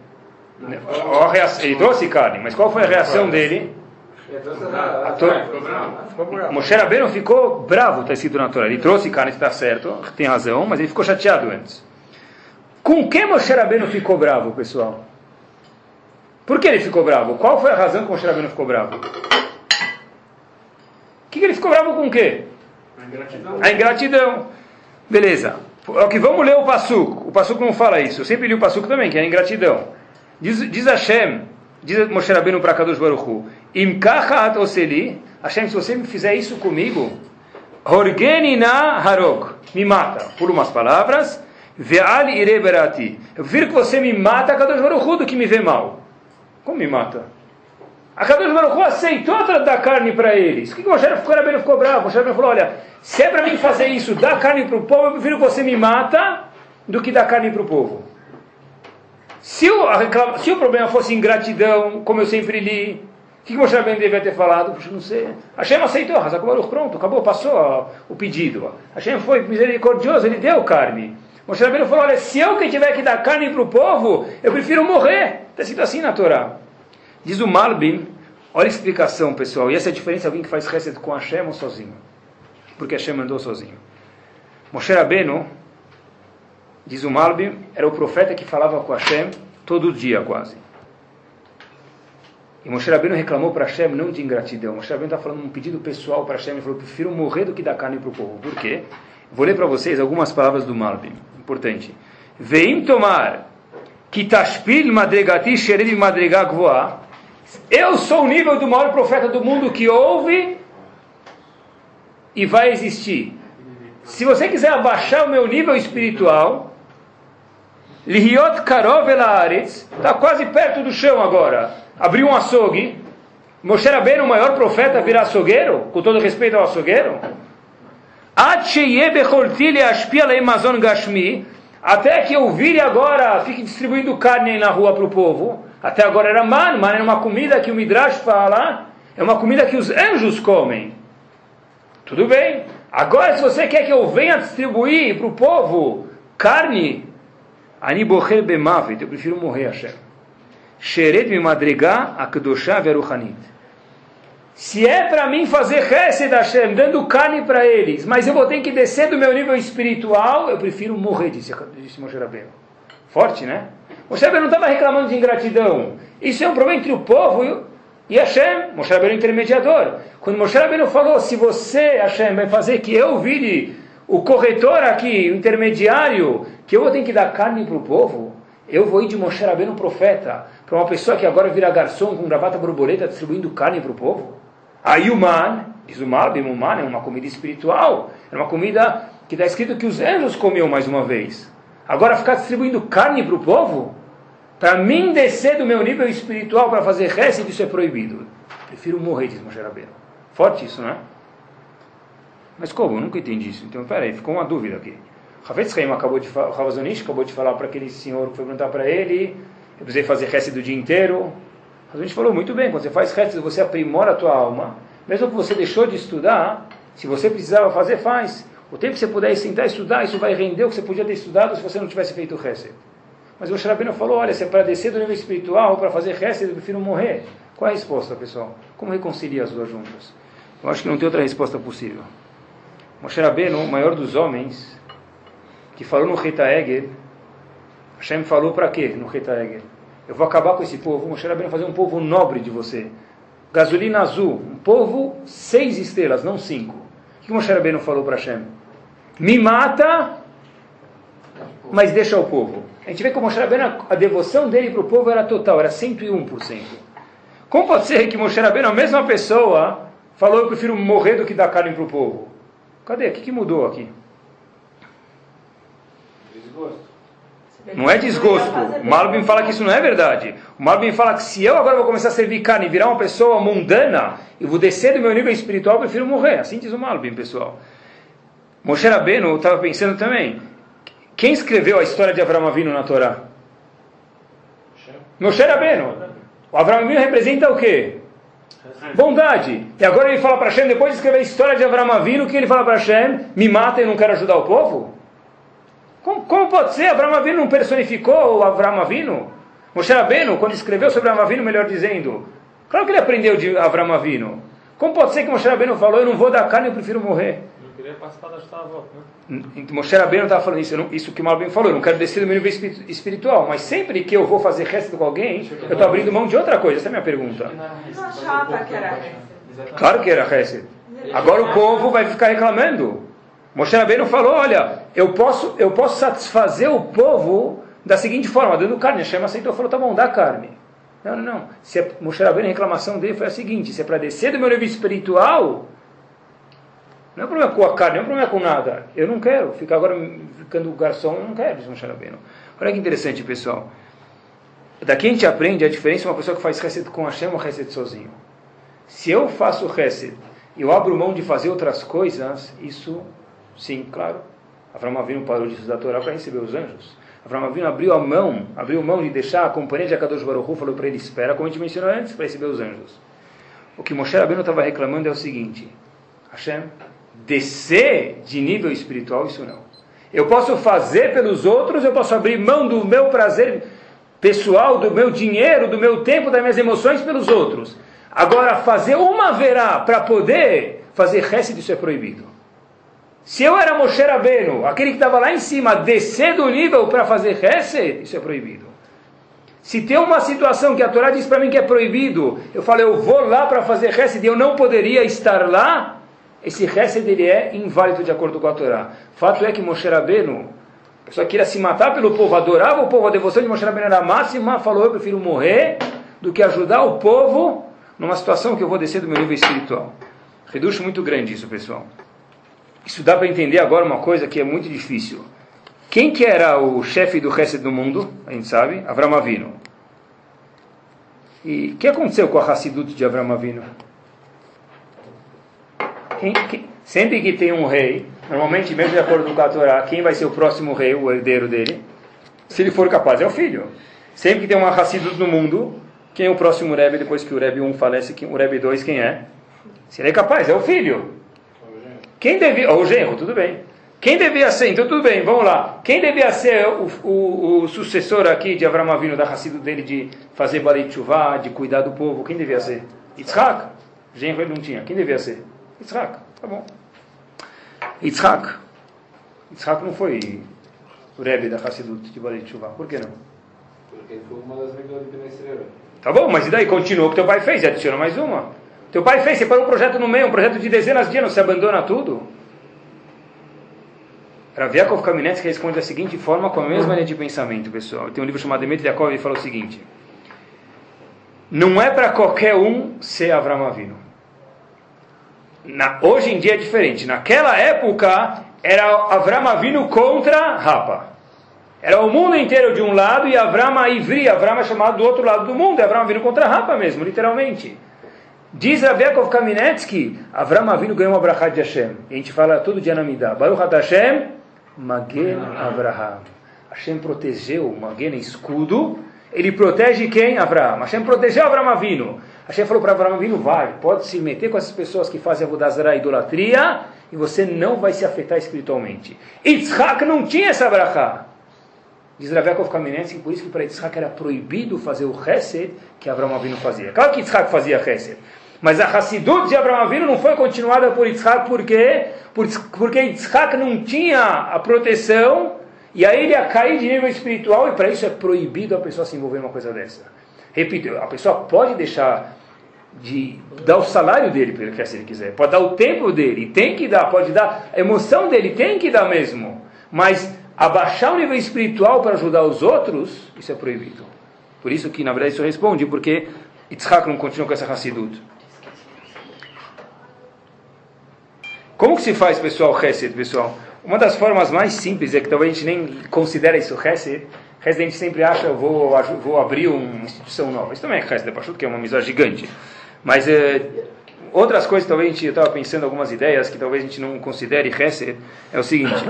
Ele trouxe carne, mas qual foi a reação dele? A Torá. Moshe Rabbeinu ficou bravo, está escrito na Torá. Ele trouxe carne, está certo, tem razão, mas ele ficou chateado antes. Com que Moshe Rabbeinu ficou bravo, pessoal? Por que ele ficou bravo? Qual foi a razão que Moshe Rabbeinu ficou bravo? O que, que ele ficou bravo com o quê? A ingratidão. A ingratidão. Beleza. Ok, vamos ler o Passuco. O Passuco não fala isso. Eu sempre li o Passuco também, que é a ingratidão. Diz, diz Hashem, diz Moshe Rabbeinu para Kadosh Baruch Hu, Im kachat oseli, Hashem, se você me fizer isso comigo, Horgeni na harok, me mata. Por umas palavras, Ve'al ire berati. Eu prefiro que você me mata, Kadosh Baruch Hu, do que me vê mal. Como me mata? A Kadosh Baruch Hu aceitou dar carne para eles. O que o Moshe Rabbeinu ficou bravo? O Moshe Rabbeinu falou, olha, se é para mim fazer isso, dar carne para o povo, eu prefiro que você me mata do que dar carne para o povo. Se o, reclama, se o problema fosse ingratidão, como eu sempre li, o que o Moshe Rabbeinu devia ter falado? Puxa, não sei. Hashem aceitou, Hazak Baruch, pronto, acabou, passou ó, o pedido. Hashem foi misericordioso, ele deu carne. Moshe Rabbeinu falou, olha, se eu que tiver que dar carne para o povo, eu prefiro morrer. Está escrito assim na Torá. Diz o Malbim, olha a explicação, pessoal, e essa é a diferença de alguém que faz Hesed com Hashem ou sozinho. Porque Hashem mandou sozinho. Moshe Rabbeinu, diz o Malbim, era o profeta que falava com Hashem todo dia quase. E Moshe Rabbeinu reclamou para Hashem não de ingratidão. Moshe Rabbeinu está falando um pedido pessoal para Hashem. Ele falou, prefiro morrer do que dar carne para o povo. Por quê? Vou ler para vocês algumas palavras do Malbim. Importante. Veim tomar que tashpil madregati shered madregá gvoá. Eu sou o nível do maior profeta do mundo que houve e vai existir. Se você quiser abaixar o meu nível espiritual, lihiot karov el haaretz, está quase perto do chão agora. Abriu um açougue. Moshe Rabbeinu, o maior profeta, virar açougueiro? Com todo respeito ao açougueiro? Até que eu vire agora, fique distribuindo carne aí na rua para o povo. Até agora era man, man era uma comida que o Midrash fala, é uma comida que os anjos comem. Tudo bem. Agora, se você quer que eu venha distribuir para o povo carne, ani bocher bemavet, eu prefiro morrer, Hashem. Shered me madregá akdoshá veruchanit. Se é para mim fazer Hesed, Hashem, dando carne para eles, mas eu vou ter que descer do meu nível espiritual, eu prefiro morrer, disse, disse Moshe Rabbeinu. Forte, né? Moshe Rabbeinu não estava reclamando de ingratidão. Isso é um problema entre o povo e Hashem. Moshe Rabbeinu é o intermediador. Quando Moshe Rabbeinu falou, se você, Hashem, vai fazer que eu vire o corretor aqui, o intermediário, que eu vou ter que dar carne para o povo, eu vou ir de Moshe Rabbeinu profeta, para uma pessoa que agora vira garçom com gravata borboleta distribuindo carne para o povo? A Yuman, diz o Malbim, Yuman é uma comida espiritual, é uma comida que está escrito que os anjos comiam mais uma vez. Agora ficar distribuindo carne para o povo? Para mim descer do meu nível espiritual para fazer chesed, isso é proibido. Prefiro morrer, diz Moshe Rabbeinu. Forte isso, não é? Mas como? Eu nunca entendi isso. Então, peraí, ficou uma dúvida aqui. O Havetz Chaim acabou de falar, o Ravazonish acabou de falar para aquele senhor que foi perguntar para ele, eu precisei fazer chesed do dia inteiro. O Ravazonish falou, muito bem, quando você faz chesed, você aprimora a tua alma. Mesmo que você deixou de estudar, se você precisava fazer, faz. O tempo que você puder sentar e estudar, isso vai render o que você podia ter estudado se você não tivesse feito chesed. Mas o Moshe Rabbeinu falou, olha, se é para descer do nível espiritual ou para fazer chesed, eu prefiro morrer. Qual é a resposta, pessoal? Como reconcilia as duas juntas? Eu acho que não tem outra resposta possível. Moshe Rabbeinu, o maior dos homens, que falou no Reta Egel, Hashem falou para quê no Reta Egel? Eu vou acabar com esse povo, Moshe Rabbeinu fazer um povo nobre de você. Gasolina azul, um povo seis estrelas, não cinco. O que Moshe Rabbeinu falou para Hashem? Me mata, mas deixa o povo. A gente vê que o Moshe Rabbeinu, a devoção dele para o povo era total, era cento e um por cento. Como pode ser que Moshe Rabbeinu, a mesma pessoa, falou, eu prefiro morrer do que dar carne para o povo? Cadê? O que, que mudou aqui? Desgosto. Não é desgosto. O Malbim fala que isso não é verdade. O Malbim fala que se eu agora vou começar a servir carne e virar uma pessoa mundana, e vou descer do meu nível espiritual, eu prefiro morrer. Assim diz o Malbim, pessoal. Moshe Rabbeinu estava pensando também, quem escreveu a história de Avraham Avinu na Torá? Moshe Rabbeinu. O Avraham Avinu representa o quê? Bondade. E agora ele fala para Hashem, depois de escrever a história de Avraham Avinu, que ele fala para Hashem, me mata e não quero ajudar o povo? Como, como pode ser? Avraham Avinu não personificou o Avraham Avinu? Moshe Rabbeinu, quando escreveu sobre Avraham Avinu, melhor dizendo, claro que ele aprendeu de Avraham Avinu. Como pode ser que Moshe Rabbeinu falou, eu não vou dar carne, eu prefiro morrer? Não queria participar da Shtavot, né? Moshe Rabbeinu estava falando isso, eu não, isso que o Malbim falou, eu não quero descer do meu nível espiritual, mas sempre que eu vou fazer resto com alguém, eu estou abrindo mão de outra coisa. Essa é a minha pergunta. Eu não achava que era Hesed. Claro que era Hesed. Agora o povo vai ficar reclamando. Moshe Rabbeinu falou, olha, eu posso, eu posso satisfazer o povo da seguinte forma, dando carne. Hashem aceitou e falou, tá bom, dá carne. Não, não, não. Se a Moshe Rabbeinu, a reclamação dele foi a seguinte, se é para descer do meu nível espiritual, não é problema com a carne, não é problema com nada. Eu não quero ficar agora ficando garçom, eu não quero, diz Moshe Rabbeinu. Olha que interessante, pessoal. Daqui a gente aprende a diferença de uma pessoa que faz Hesed com Hashem ou Hesed sozinho. Se eu faço Hesed e eu abro mão de fazer outras coisas, isso, sim, claro. Avraham Avinu parou de estudar a Torá para receber os anjos. Avraham Avinu abriu a mão, abriu mão de deixar a companhia de Akadosh Baruch Hu, falou para ele, espera, como a gente mencionou antes, para receber os anjos. O que Moshe Rabbeinu estava reclamando é o seguinte, Hashem, descer de nível espiritual, isso não. Eu posso fazer pelos outros, eu posso abrir mão do meu prazer pessoal, do meu dinheiro, do meu tempo, das minhas emoções pelos outros. Agora, fazer uma verá para poder fazer Hesed, isso é proibido. Se eu era Moshe Rabbeinu, aquele que estava lá em cima, descer do nível para fazer Hesed, isso é proibido. Se tem uma situação que a Torá diz para mim que é proibido, eu falo, eu vou lá para fazer Hesed e eu não poderia estar lá, esse Hesed ele é inválido de acordo com a Torá. Fato é que Moshe Rabbeinu, a pessoa queria se matar pelo povo, adorava o povo, a devoção de Moshe Rabbeinu era máxima, falou, eu prefiro morrer do que ajudar o povo numa situação que eu vou descer do meu nível espiritual. Reducho muito grande isso, pessoal. Isso dá para entender agora uma coisa que é muito difícil. Quem que era o chefe do Hesed do mundo? A gente sabe, Avraham Avinu. E o que aconteceu com a Hassidut de Avraham Avinu? Quem, quem, sempre que tem um rei, normalmente, mesmo de acordo com a Torá, quem vai ser o próximo rei, o herdeiro dele? Se ele for capaz, é o filho. Sempre que tem uma Hassidut no mundo, quem é o próximo Rebbe, depois que o Rebbe um falece, o Rebbe dois, quem é? Se ele é capaz, é o filho. Quem devia... Ou o genro, tudo bem. Quem devia ser, então tudo bem, vamos lá. Quem devia ser o, o, o sucessor aqui de Avraham Avinu, da Hassidut dele, de fazer Balei Teshuvah, de cuidar do povo? Quem devia ser? Yitzhak. Genro ele não tinha. Quem devia ser? Yitzhak, tá bom. Yitzhak. Yitzhak não foi o Rebbe da Hassidut de Balei Teshuvah. Por que não? Porque ele foi uma das regras de Benesrela. Tá bom, mas e daí? Continua o que teu pai fez e adiciona mais uma. Teu pai fez, você parou um projeto no meio, um projeto de dezenas de anos, você abandona tudo? Rav Yaakov Kamenetsky responde da seguinte forma, com a mesma linha de pensamento, pessoal. Tem um livro chamado Emet Yaakov e ele fala o seguinte: não é para qualquer um ser Avram Avinu. Na, hoje em dia é diferente. Naquela época era Avram Avinu contra Rapa. Era o mundo inteiro de um lado e Avram Ivri, Avram é chamado do outro lado do mundo. Avram Avinu contra Rapa mesmo, literalmente. Diz Rav Yaakov Kamenetsky, Avram Avinu ganhou uma brachá de Hashem. E a gente fala todo dia na Midah. Baruch At Hashem, Magen Avraham. Hashem protegeu, Magen é escudo. Ele protege quem? Avraham. Hashem protegeu Avram Avinu. Hashem falou para Avram Avinu, vai, pode se meter com essas pessoas que fazem Avodah Zarah, idolatria, e você não vai se afetar espiritualmente. Yitzhak não tinha essa brachá. Diz Rav Yaakov Kamenetsky, por isso que para Yitzhak era proibido fazer o chesed que Avram Avinu fazia. Claro que Yitzhak fazia chesed, mas a Hassidut de Avram Avinu não foi continuada por Yitzhak, por quê? Porque Yitzhak não tinha a proteção, e aí ele ia cair de nível espiritual, e para isso é proibido a pessoa se envolver em uma coisa dessa. Repito, a pessoa pode deixar de dar o salário dele para ele, se ele quiser, pode dar o tempo dele, tem que dar, pode dar a emoção dele, tem que dar mesmo, mas abaixar o nível espiritual para ajudar os outros, isso é proibido. Por isso que, na verdade, isso responde, porque Yitzhak não continua com essa Hassidut. Como que se faz, pessoal, Chesed, pessoal? Uma das formas mais simples é que talvez a gente nem considere isso Chesed. Chesed a gente sempre acha, eu vou, vou abrir uma instituição nova. Isso também é Chesed, que é uma amizade gigante. Mas é, outras coisas, talvez a gente, eu estava pensando algumas ideias que talvez a gente não considere Chesed, é o seguinte.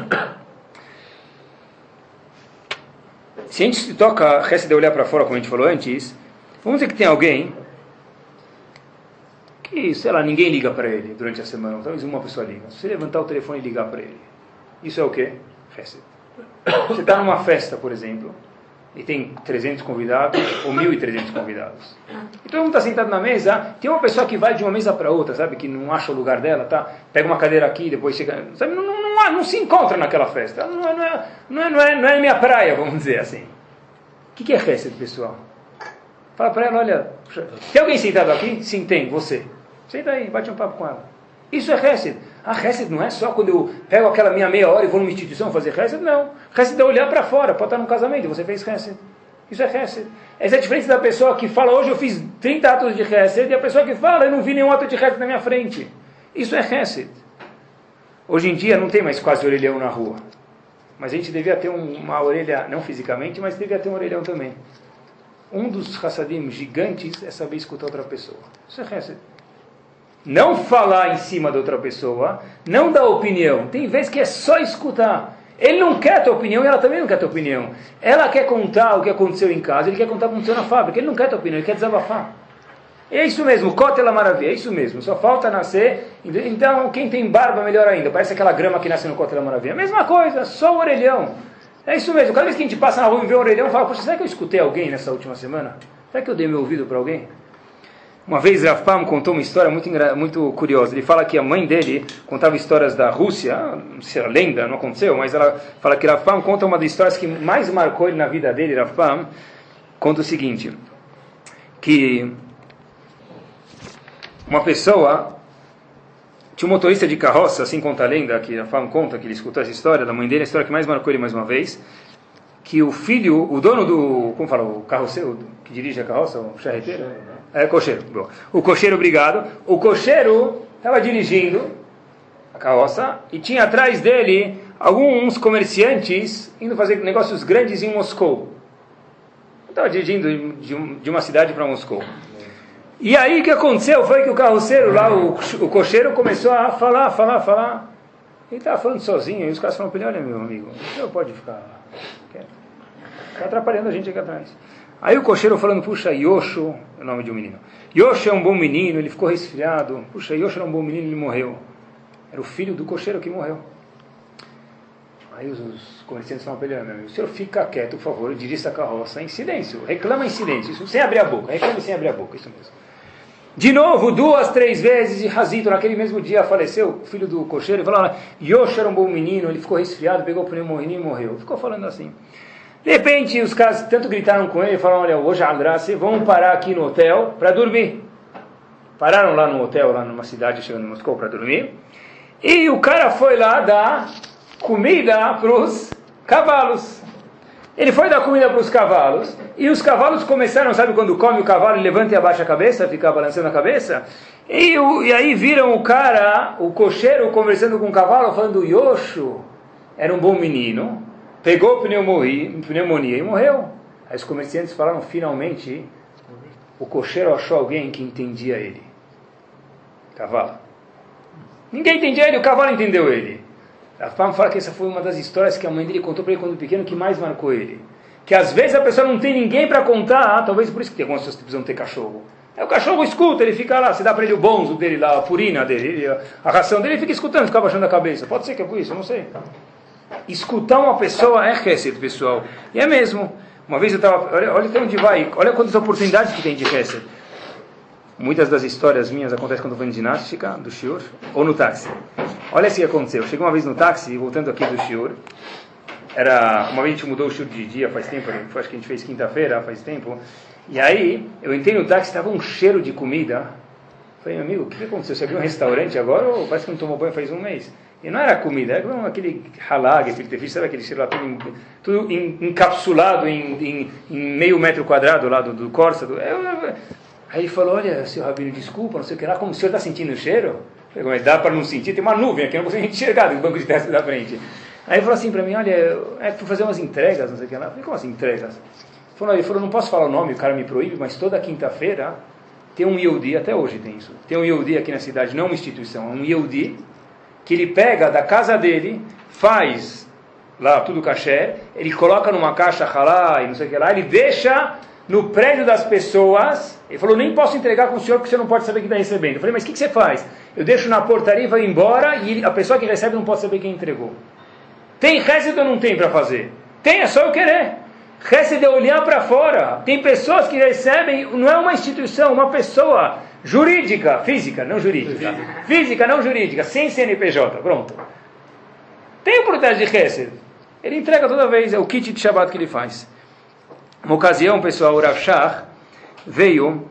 Se a gente toca Chesed de olhar para fora, como a gente falou antes, vamos dizer que tem alguém que, sei lá, ninguém liga para ele durante a semana, ou talvez uma pessoa liga. Se você levantar o telefone e ligar para ele, isso é o quê? Chesed. Você está numa festa, por exemplo, e tem trezentos convidados, ou mil e trezentos convidados. E todo mundo está sentado na mesa, tem uma pessoa que vai de uma mesa para outra, sabe, que não acha o lugar dela, tá? Pega uma cadeira aqui, depois chega, sabe, não, não, não, não se encontra naquela festa, não é, não, é, não, é, não, é, não é minha praia, vamos dizer assim. O que, que é Chesed, pessoal? Fala para ela, olha, tem alguém sentado aqui? Sim, tem, você. Senta aí, bate um papo com ela. Isso é Chesed. Ah, Chesed não é só quando eu pego aquela minha meia hora e vou numa instituição fazer Chesed, não. Chesed é olhar para fora, pode estar num casamento, você fez Chesed. Isso é Chesed. Essa é a diferença da pessoa que fala, hoje eu fiz trinta atos de Chesed, e a pessoa que fala, eu não vi nenhum ato de Chesed na minha frente. Isso é Chesed. Hoje em dia não tem mais quase orelhão na rua. Mas a gente devia ter um, uma orelha, não fisicamente, mas devia ter um orelhão também. Um dos Hassadim gigantes é saber escutar outra pessoa. Isso é Chesed. Não falar em cima da outra pessoa, não dar opinião. Tem vezes que é só escutar. Ele não quer a tua opinião e ela também não quer a tua opinião. Ela quer contar o que aconteceu em casa, ele quer contar o que aconteceu na fábrica. Ele não quer a tua opinião, ele quer desabafar. É isso mesmo, Kotela Maravilha, é isso mesmo. Só falta nascer. Então, quem tem barba, melhor ainda. Parece aquela grama que nasce no Kotela Maravilha. Mesma coisa, só o orelhão. É isso mesmo. Cada vez que a gente passa na rua e vê o orelhão, fala, poxa, será que eu escutei alguém nessa última semana? Será que eu dei meu ouvido para alguém? Uma vez Rav Pam contou uma história muito, muito curiosa. Ele fala que a mãe dele contava histórias da Rússia, não sei se era lenda, não aconteceu, mas ela fala que Rav Pam conta uma das histórias que mais marcou ele na vida dele. Rav Pam conta o seguinte, que uma pessoa, tinha um motorista de carroça, assim conta a lenda, que Rav Pam conta, que ele escutou essa história da mãe dele, a história que mais marcou ele mais uma vez, que o filho, o dono do, como fala, o carroceiro, que dirige a carroça, o charreteiro, é, cocheiro, bom. O cocheiro, obrigado, o cocheiro estava dirigindo a carroça e tinha atrás dele alguns comerciantes indo fazer negócios grandes em Moscou. Estava dirigindo de, um, de uma cidade para Moscou. E aí o que aconteceu foi que o carroceiro lá, o, o cocheiro começou a falar, falar, falar. Ele estava falando sozinho e os caras falaram para ele, olha meu amigo, você não pode ficar quieto. Está atrapalhando a gente aqui atrás. Aí o cocheiro falando, puxa, Yosho, é o nome de um menino. Yosho é um bom menino, ele ficou resfriado. Puxa, Yosho era um bom menino, ele morreu. Era o filho do cocheiro que morreu. Aí os, os comerciantes falam para ele, meu amigo, o senhor fica quieto, por favor, dirija a carroça em silêncio. Reclama em silêncio, isso, sem abrir a boca. Reclama sem abrir a boca, isso mesmo. De novo, duas, três vezes, e Razito, naquele mesmo dia, faleceu o filho do cocheiro. Ele falou, Yosho era um bom menino, ele ficou resfriado, pegou pneumonia e morreu. Ficou falando assim. De repente, os caras tanto gritaram com ele, falaram, olha, hoje Andrace, vamos parar aqui no hotel para dormir. Pararam lá no hotel, lá numa cidade, chegando em Moscou, para dormir. E o cara foi lá dar comida para os cavalos. Ele foi dar comida para os cavalos, e os cavalos começaram, sabe quando come o cavalo e levanta e abaixa a cabeça, fica balançando a cabeça? E, o, e aí viram o cara, o cocheiro, conversando com o cavalo, falando, Yoshu era um bom menino, pegou pneumonia, pneumonia e morreu. Aí os comerciantes falaram, finalmente, o cocheiro achou alguém que entendia ele. Cavalo. Ninguém entendia ele, o cavalo entendeu ele. A Pam fala que essa foi uma das histórias que a mãe dele contou para ele quando pequeno, que mais marcou ele. Que às vezes a pessoa não tem ninguém para contar, talvez por isso que tem algumas pessoas que precisam ter cachorro. Aí o cachorro escuta, ele fica lá, você dá para ele o bonzo dele lá, a purina dele, a ração dele, ele fica escutando, fica abaixando a cabeça. Pode ser que é por isso, eu não sei. Escutar uma pessoa é Hesed, pessoal. E é mesmo. Uma vez eu estava, olha, olha até onde vai, olha quantas oportunidades que tem de Hesed. Muitas das histórias minhas acontecem quando eu vou em ginástica, do shiur, ou no táxi. Olha o que aconteceu. Cheguei uma vez no táxi, voltando aqui do shiur. Era, uma vez a gente mudou o shiur de dia, faz tempo, acho que a gente fez quinta-feira, faz tempo. E aí, eu entrei no táxi, estava um cheiro de comida. Falei, meu amigo, o que aconteceu? Você abriu um restaurante agora ou parece que não tomou banho faz um mês? E não era comida, era aquele halag, aquele tefish, sabe aquele cheiro lá, tudo, tudo encapsulado em, em, em meio metro quadrado lá do, do Corsa. Do, eu, eu, aí ele falou, olha, senhor Rabino, desculpa, não sei o que lá, como o senhor está sentindo o cheiro? Eu falei, dá para não sentir, tem uma nuvem aqui, eu não consigo enxergar no banco de teste da frente. Aí ele falou assim para mim, olha, é para fazer umas entregas, não sei o que lá. Eu falei, como assim entregas? Ele falou, ele falou, não posso falar o nome, o cara me proíbe, mas toda quinta-feira tem um Yehudi, até hoje tem isso, tem um Yehudi aqui na cidade, não uma instituição, é um Yehudi, que ele pega da casa dele, faz lá tudo kasher, ele coloca numa caixa halá e não sei o que lá, ele deixa no prédio das pessoas. Ele falou, nem posso entregar com o senhor porque você não pode saber quem está recebendo. Eu falei, mas o que, que você faz? Eu deixo na portaria e vou embora e ele, a pessoa que recebe não pode saber quem entregou. Tem Hesed ou não tem para fazer? Tem, é só eu querer. Hesed é olhar para fora. Tem pessoas que recebem, não é uma instituição, uma pessoa jurídica, física, não jurídica. Física, não jurídica, sem C N P J, pronto. Tem oportunidade de Hesed. Ele entrega toda vez, é o kit de Shabbat que ele faz. Uma ocasião, pessoal, o Rav Shach veio,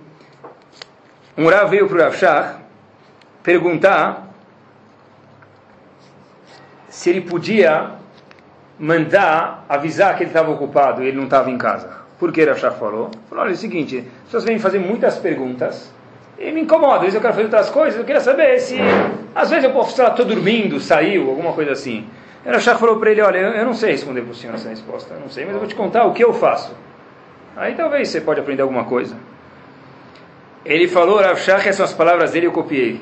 um Rav veio para o Rav Shach perguntar se ele podia mandar avisar que ele estava ocupado e ele não estava em casa. Por que o Rav Shach falou? Falou, olha, é o seguinte, as pessoas vêm fazer muitas perguntas e me incomoda, às vezes eu quero fazer outras coisas, eu queria saber se, às vezes eu posso falar, estou dormindo, saiu, alguma coisa assim. O Rav Shach falou para ele, olha, eu, eu não sei responder para o senhor essa resposta, eu não sei, mas eu vou te contar o que eu faço. Aí talvez você pode aprender alguma coisa. Ele falou, Rav Shach, essas são as palavras dele, eu copiei.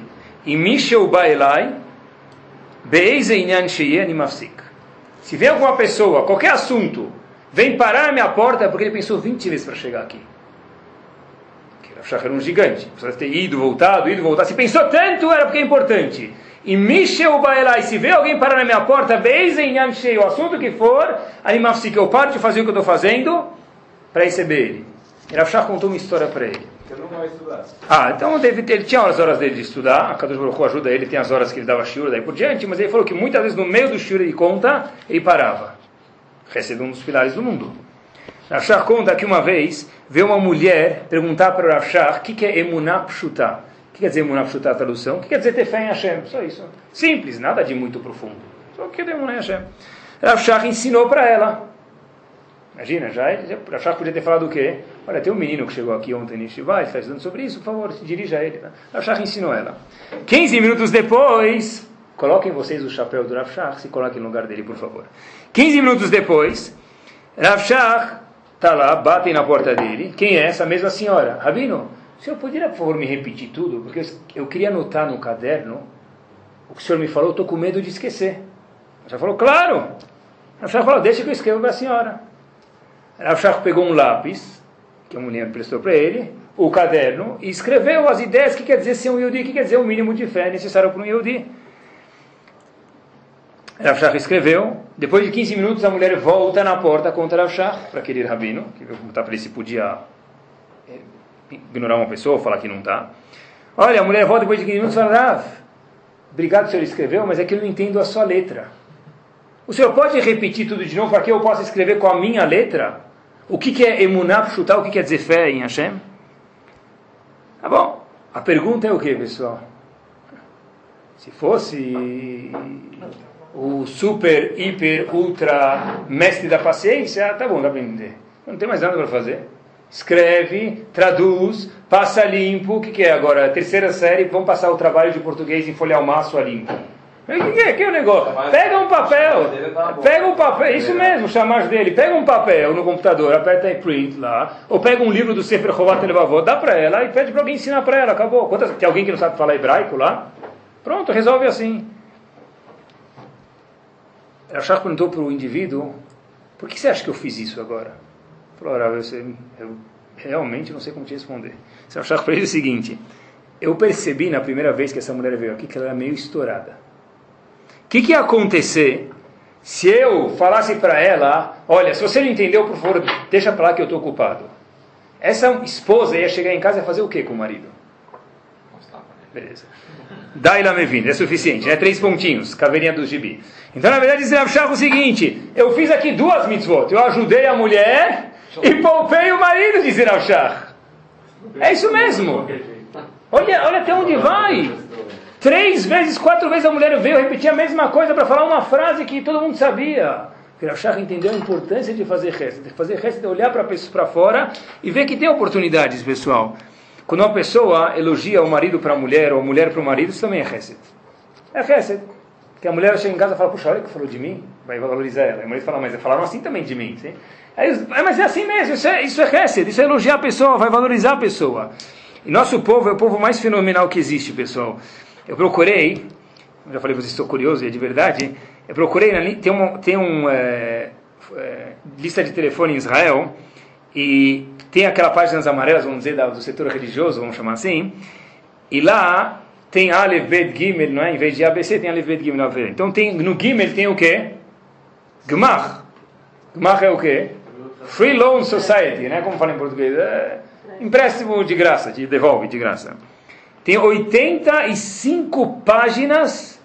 Se vem alguma pessoa, qualquer assunto, vem parar na minha porta, é porque ele pensou vinte vezes para chegar aqui. Porque Rav Shach era um gigante, precisa ter ido, voltado, ido, voltado. Se pensou tanto, era porque é importante. E Misheu Baelai, se vê alguém parar na minha porta, o assunto que for, animafsik, eu paro de fazer o que eu estou fazendo para receber ele. E Rav Shach contou uma história para ele. Ele nunca vai estudar. Ah, então deve, ele tinha as horas dele de estudar, a Kadosh Baruch Hu ajuda ele, tem as horas que ele dava shiur, daí por diante, mas ele falou que muitas vezes no meio do shiur ele conta, ele parava. Recebe um dos pilares do mundo. Rav Shach conta que uma vez veio uma mulher perguntar para o Rav Shach o que, que é emuná pshutá. O que quer dizer emuná pshutá, a tradução? O que quer dizer ter fé em Hashem? Só isso. Simples, nada de muito profundo. Só o que é emuná em Hashem. Rav Shach ensinou para ela. Imagina, já, já Rav Shach podia ter falado o quê? Olha, tem um menino que chegou aqui ontem em Shivá, está estudando sobre isso, por favor, se dirija a ele. Rav Shach ensinou ela. quinze minutos depois, coloquem vocês o chapéu do Rav Shach, se coloquem no lugar dele, por favor. quinze minutos depois, Rav Shach está lá, batem na porta dele. Quem é essa mesma senhora? Rabino, o senhor poderia, por favor, me repetir tudo? Porque eu, eu queria anotar no caderno o que o senhor me falou, eu estou com medo de esquecer. Rav Shach falou, claro. Rav Shach falou, deixa que eu escrevo para a senhora. Rav Shach pegou um lápis, que a mulher prestou para ele, o caderno, e escreveu as ideias, o que quer dizer ser um Yehudi, o que quer dizer o mínimo de fé necessário para um Yehudi. Rav Shach escreveu, depois de quinze minutos a mulher volta na porta contra Rav Shach, para aquele rabino, que veio perguntar para ele se podia ignorar uma pessoa, falar que não está. Olha, a mulher volta depois de quinze minutos e fala, Rav, obrigado, o senhor escreveu, mas é que eu não entendo a sua letra. O senhor pode repetir tudo de novo para que eu possa escrever com a minha letra? O que, que é emuná pshutá? O que quer dizer fé em Hashem? Tá bom. A pergunta é o que, pessoal? Se fosse... o super, hiper, ultra mestre da paciência, tá bom, dá para entender. Não tem mais nada para fazer. Escreve, traduz, passa limpo. O que, que é agora? A terceira série, vamos passar o trabalho de português em folha ao maço a limpo. O que, que é? Que é o negócio? Pega um papel, pega um papel, isso mesmo, o chamar dele, pega um papel no computador, aperta em print lá, ou pega um livro do Sefer Chovat Levavot, dá para ela e pede para alguém ensinar para ela, acabou. Quantas, tem alguém que não sabe falar hebraico lá? Pronto, resolve assim. Rashach perguntou para o indivíduo, por que você acha que eu fiz isso agora? Falou, eu, eu realmente não sei como te responder. Rashach fez o seguinte, eu percebi na primeira vez que essa mulher veio aqui que ela era meio estourada. O que, que ia acontecer se eu falasse para ela, olha, se você não entendeu, por favor, deixa para lá que eu estou ocupado. Essa esposa ia chegar em casa e fazer o que com o marido? Beleza. Dai lá me vindo, é suficiente, né? Três pontinhos, caveirinha do gibi. Então, na verdade, diz Rav Shach o seguinte, eu fiz aqui duas mitzvot, eu ajudei a mulher e poupei o marido, diz Rav Shach. É isso mesmo. Olha, olha até onde vai. Três vezes, quatro vezes a mulher veio repetir a mesma coisa para falar uma frase que todo mundo sabia. Rav Shach entendeu a importância de fazer resto. De fazer resto é olhar para fora e ver que tem oportunidades, pessoal. Quando uma pessoa elogia o marido para a mulher, ou a mulher para o marido, isso também é chesed. É chesed. Porque a mulher chega em casa e fala, puxa, olha o que falou de mim, vai valorizar ela. E o marido fala, mas falaram assim também de mim. Sim? Aí, é, mas é assim mesmo, isso é, isso é chesed, isso é elogiar a pessoa, vai valorizar a pessoa. E nosso povo é o povo mais fenomenal que existe, pessoal. Eu procurei, eu já falei para vocês, estou curioso, e é de verdade, eu procurei, na, tem uma tem um, é, é, lista de telefone em Israel, e tem aquela páginas amarelas, vamos dizer, do setor religioso, vamos chamar assim, e lá tem Aleph, Bet, Gimel, não é? Em vez de A B C, tem Aleph, Bet, Gimel, A B C. Então tem, no Gimel tem o quê? Gmach. Gmach é o quê? Free Loan Society, né? Como fala em português? É empréstimo de graça, te devolve de graça. Tem oitenta e cinco páginas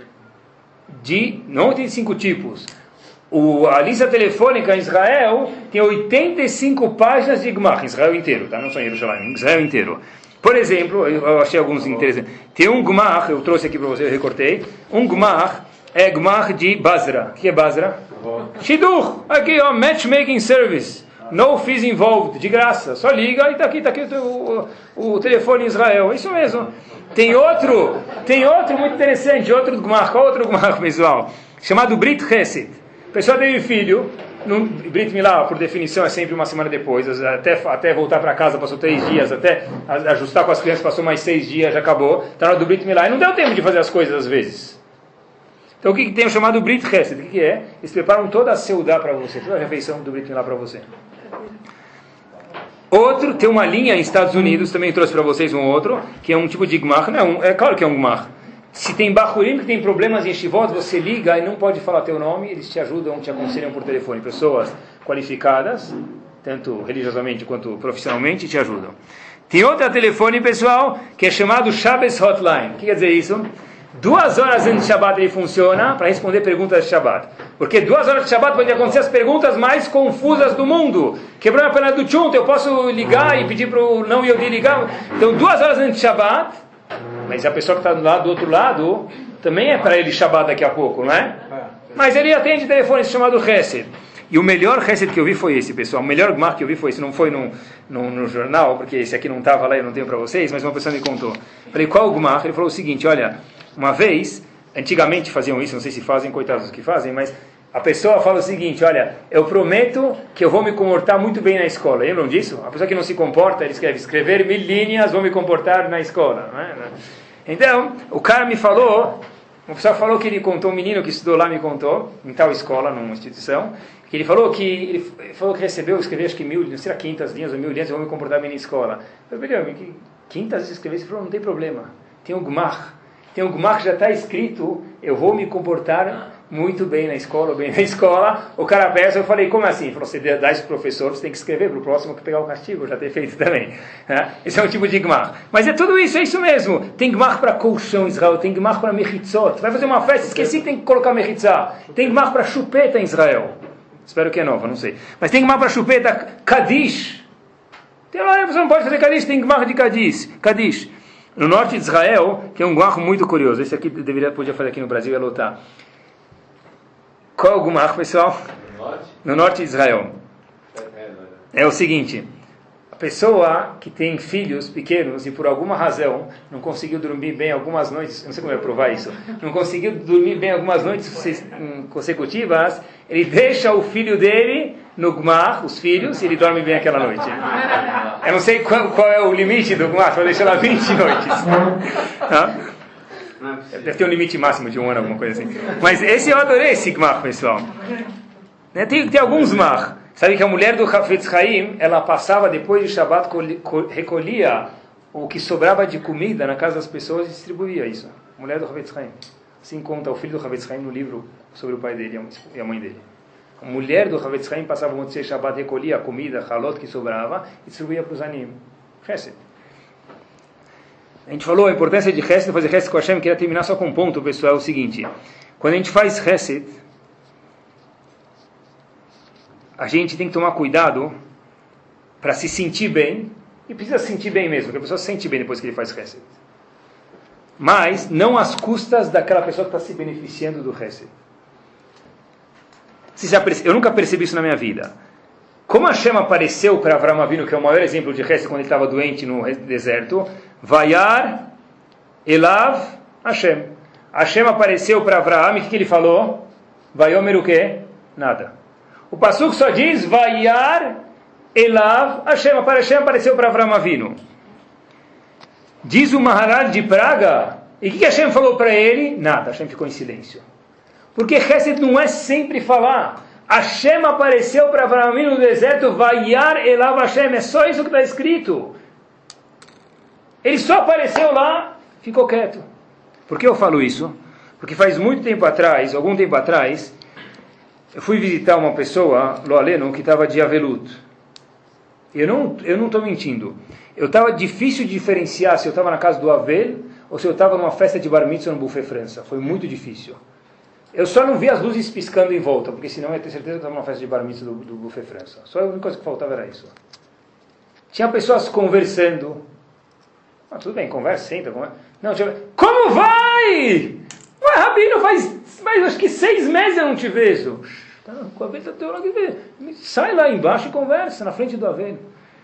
de, não oitenta e cinco tipos. O, a lista telefônica em Israel tem oitenta e cinco páginas de Gmach, em Israel inteiro, tá? Não só em Jerusalém, em Israel inteiro. Por exemplo, eu achei alguns interessantes. Tem um Gmach, eu trouxe aqui para você, eu recortei. Um Gmach é Gmach de Basra. O que é Basra? Shidduch. Aqui, ó, Matchmaking Service. No fees involved, de graça. Só liga e está aqui, tá aqui o, o, o telefone em Israel. Isso mesmo. Tem outro, tem outro muito interessante, outro Gmach. Qual outro Gmach, pessoal? Chamado Brit Chesed. A pessoa teve filho. No Brit Milá, por definição, é sempre uma semana depois. Até, até voltar para casa passou três dias. Até ajustar com as crianças passou mais seis dias, já acabou. Está na hora do Brit Milá. E não deu tempo de fazer as coisas às vezes. Então o que, que tem o chamado Brit Chesed? O que, que é? Eles preparam toda a seudá para você. Toda a refeição do Brit Milá para você. Outro, tem uma linha em Estados Unidos, também trouxe para vocês um outro, que é um tipo de Gmach, não, é claro que é um Gmach. Se tem Bachurim que tem problemas em Shivot, você liga e não pode falar teu nome, eles te ajudam, te aconselham por telefone. Pessoas qualificadas, tanto religiosamente quanto profissionalmente, te ajudam. Tem outro telefone, pessoal, que é chamado Shabbos Hotline. O que quer dizer isso? Duas horas antes de Shabbat ele funciona para responder perguntas de Shabbat. Porque duas horas de Shabbat pode acontecer as perguntas mais confusas do mundo. Quebrou a perna do Tchunta, eu posso ligar e pedir para o não Yehudi ligar. Então duas horas antes de Shabbat, mas a pessoa que está do lado do outro lado, também é para ele Shabbat daqui a pouco, não é? Mas ele atende telefone chamado Chesed. E o melhor Chesed que eu vi foi esse, pessoal. O melhor Gmach que eu vi foi esse. Não foi no, no, no jornal, porque esse aqui não estava lá e eu não tenho para vocês, mas uma pessoa me contou. Falei, qual o Gmach? Ele falou o seguinte, olha, uma vez, antigamente faziam isso, não sei se fazem, coitados dos que fazem, mas a pessoa fala o seguinte, olha, eu prometo que eu vou me comportar muito bem na escola. Lembram disso? A pessoa que não se comporta, ele escreve, escrever mil linhas, vou me comportar na escola. Não é? Então, o cara me falou, uma pessoa falou que ele contou, um menino que estudou lá me contou, em tal escola, numa instituição, que ele falou que ele falou que recebeu, escreveu acho que mil, não sei lá, quinhentas linhas ou mil linhas, eu vou me comportar bem na escola. Eu falei, quinhentas linhas escrever, ele falou, não tem problema, tem um Gmach. Tem um Gmach que já está escrito, eu vou me comportar muito bem na escola, ou bem na escola. O cara peça, eu falei, como assim? Ele falou, você dá isso para o professor, você tem que escrever para o próximo que pegar o castigo, já ter feito também. Né? Esse é um tipo de Gmach. Mas é tudo isso, é isso mesmo. Tem Gmach para colchão em Israel, tem Gmach para mechitzot. Vai fazer uma festa, esqueci que tem que colocar mechitzá. Tem Gmach para chupeta em Israel. Espero que é nova, não sei. Mas tem Gmach para chupeta, Kadish. Tem lá, você não pode fazer Kadish, tem Gmach de Kadish. Kadish. No norte de Israel, tem um Gmach muito curioso. Esse aqui deveria, podia fazer aqui no Brasil e lotar. Qual é o Gmach, pessoal? No norte? No norte de Israel. É, é, não É o seguinte, a pessoa que tem filhos pequenos e por alguma razão não conseguiu dormir bem algumas noites, não sei como eu provar isso, não conseguiu dormir bem algumas noites consecutivas, ele deixa o filho dele no Gmach, os filhos, e ele dorme bem aquela noite. Eu não sei qual, qual é o limite do Gmach, vou deixar lá vinte noites. Tá? Deve ter um limite máximo de um ano, alguma coisa assim. Mas esse eu adorei, esse Gmach, pessoal. Tem, tem alguns Gmach. Sabe que a mulher do Hafetz Haim, ela passava depois de Shabbat, recolhia o que sobrava de comida na casa das pessoas e distribuía isso. A mulher do Hafetz Haim. Assim conta o filho do Hafetz Haim no livro sobre o pai dele e a mãe dele. A mulher do Hafetz Haim passava o Motzei Shabbat, recolhia a comida, halot que sobrava e distribuía para os anim. Chesed. A gente falou a importância de Chesed, fazer Chesed com Hashem, queria terminar só com um ponto, pessoal, é o seguinte. Quando a gente faz Chesed, a gente tem que tomar cuidado para se sentir bem, e precisa se sentir bem mesmo, porque a pessoa se sente bem depois que ele faz Chesed. Mas não às custas daquela pessoa que está se beneficiando do Chesed. Eu nunca percebi isso na minha vida. Como Hashem apareceu para Avraham Avinu, que é o maior exemplo de Chesed quando ele estava doente no deserto, Vayar Elav Hashem. Hashem apareceu para Avraham e o que, que ele falou? Vayomer o quê? Nada. O Pasuk só diz Vayar Elav Hashem. Hashem apareceu para Avraham Avinu. Diz o Maharal de Praga. E o que, que Hashem falou para ele? Nada. Hashem ficou em silêncio. Porque Chesed não é sempre falar. Hashem apareceu para Avraham Avinu no deserto. Vayar Elav Hashem. É só isso que está escrito. Ele só apareceu lá, ficou quieto. Por que eu falo isso? Porque faz muito tempo atrás, algum tempo atrás, eu fui visitar uma pessoa, Lo Aleno, que estava de Avelut. Eu não eu não estou mentindo. Eu estava difícil de diferenciar se eu estava na casa do Avel ou se eu estava numa festa de Bar Mitzvah no Buffet França. Foi muito difícil. Eu só não vi as luzes piscando em volta, porque senão eu ia ter certeza que eu estava numa festa de Bar Mitzvah do, do Buffet França. Só a única coisa que faltava era isso. Tinha pessoas conversando. Ah, tudo bem, conversa, senta, conversa. Não, tinha... Como vai? Ué, Rabino, faz, faz acho que seis meses eu não te vejo. Tá, com a vez eu tenho lá que ver. Sai lá embaixo e conversa, na frente do Avelho.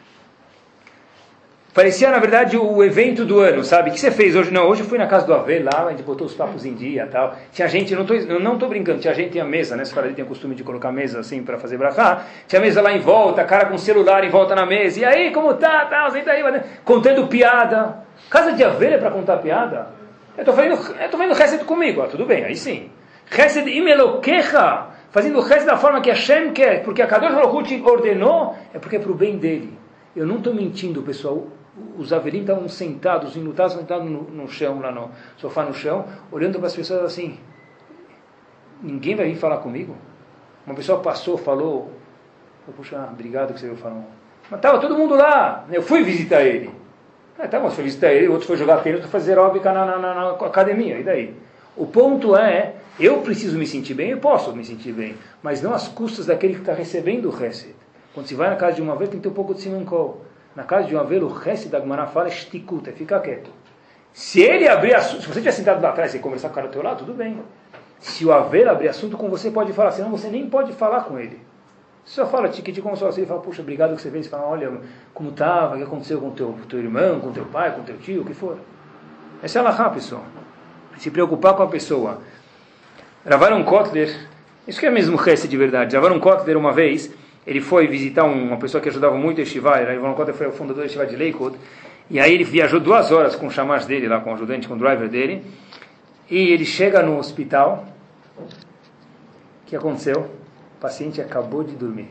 Parecia, na verdade, o evento do ano, sabe? O que você fez hoje? Não, hoje eu fui na casa do Avelho lá, a gente botou os papos em dia e tal. Tinha gente, eu não estou eu não tô brincando, tinha gente, tinha mesa, né? Os caras tem o costume de colocar mesa assim para fazer brachá. Tinha mesa lá em volta, cara com celular em volta na mesa. E aí, como tá? Tá, senta aí, contando piada. Casa de Avelho é para contar piada? Eu estou fazendo, eu tô fazendo Chesed comigo, ah, tudo bem, aí sim. Chesed imeloquecha, fazendo Chesed da forma que Hashem quer, porque a Kadosh Baruch Hu te ordenou, é porque é para o bem dele. Eu não estou mentindo, pessoal. Os Avelim estavam sentados, os enlutados sentados no, no chão, lá no sofá no chão, olhando para as pessoas assim, ninguém vai vir falar comigo? Uma pessoa passou, falou, puxa, obrigado que você veio falar. Mas estava todo mundo lá, eu fui visitar ele. É, tá bom, você foi visitar ele, outro foi jogar tênis, outro foi fazer aeróbica na, na, na, na academia, e daí? O ponto é, eu preciso me sentir bem, eu posso me sentir bem, mas não às custas daquele que está recebendo o Chesed. Quando se vai na casa de uma vez, tem que ter um pouco de simancol. Na casa de uma vez, o Chesed da Gemara fala, shtikut, é ficar quieto. Se ele abrir assunto, se você estiver sentado lá atrás e conversar com o cara do teu lado, tudo bem. Se o Avel abrir assunto com você, pode falar, senão você nem pode falar com ele. Você só fala, tiquiti, como só assim, ele fala, puxa, obrigado que você veio, você fala, olha, como estava, o que aconteceu com o teu, teu irmão, com teu pai, com teu tio, o que for. Essa é a alahá, pessoal. Se preocupar com a pessoa. Ravaron Kotler, isso que é mesmo Chesed de verdade. Ravaron Kotler, uma vez, ele foi visitar uma pessoa que ajudava muito a Yeshiva, Ravaron Kotler foi o fundador da Yeshiva de Lakewood, e aí ele viajou duas horas com o chamash dele, lá com o ajudante, com o driver dele, e ele chega no hospital, o que aconteceu? O paciente acabou de dormir.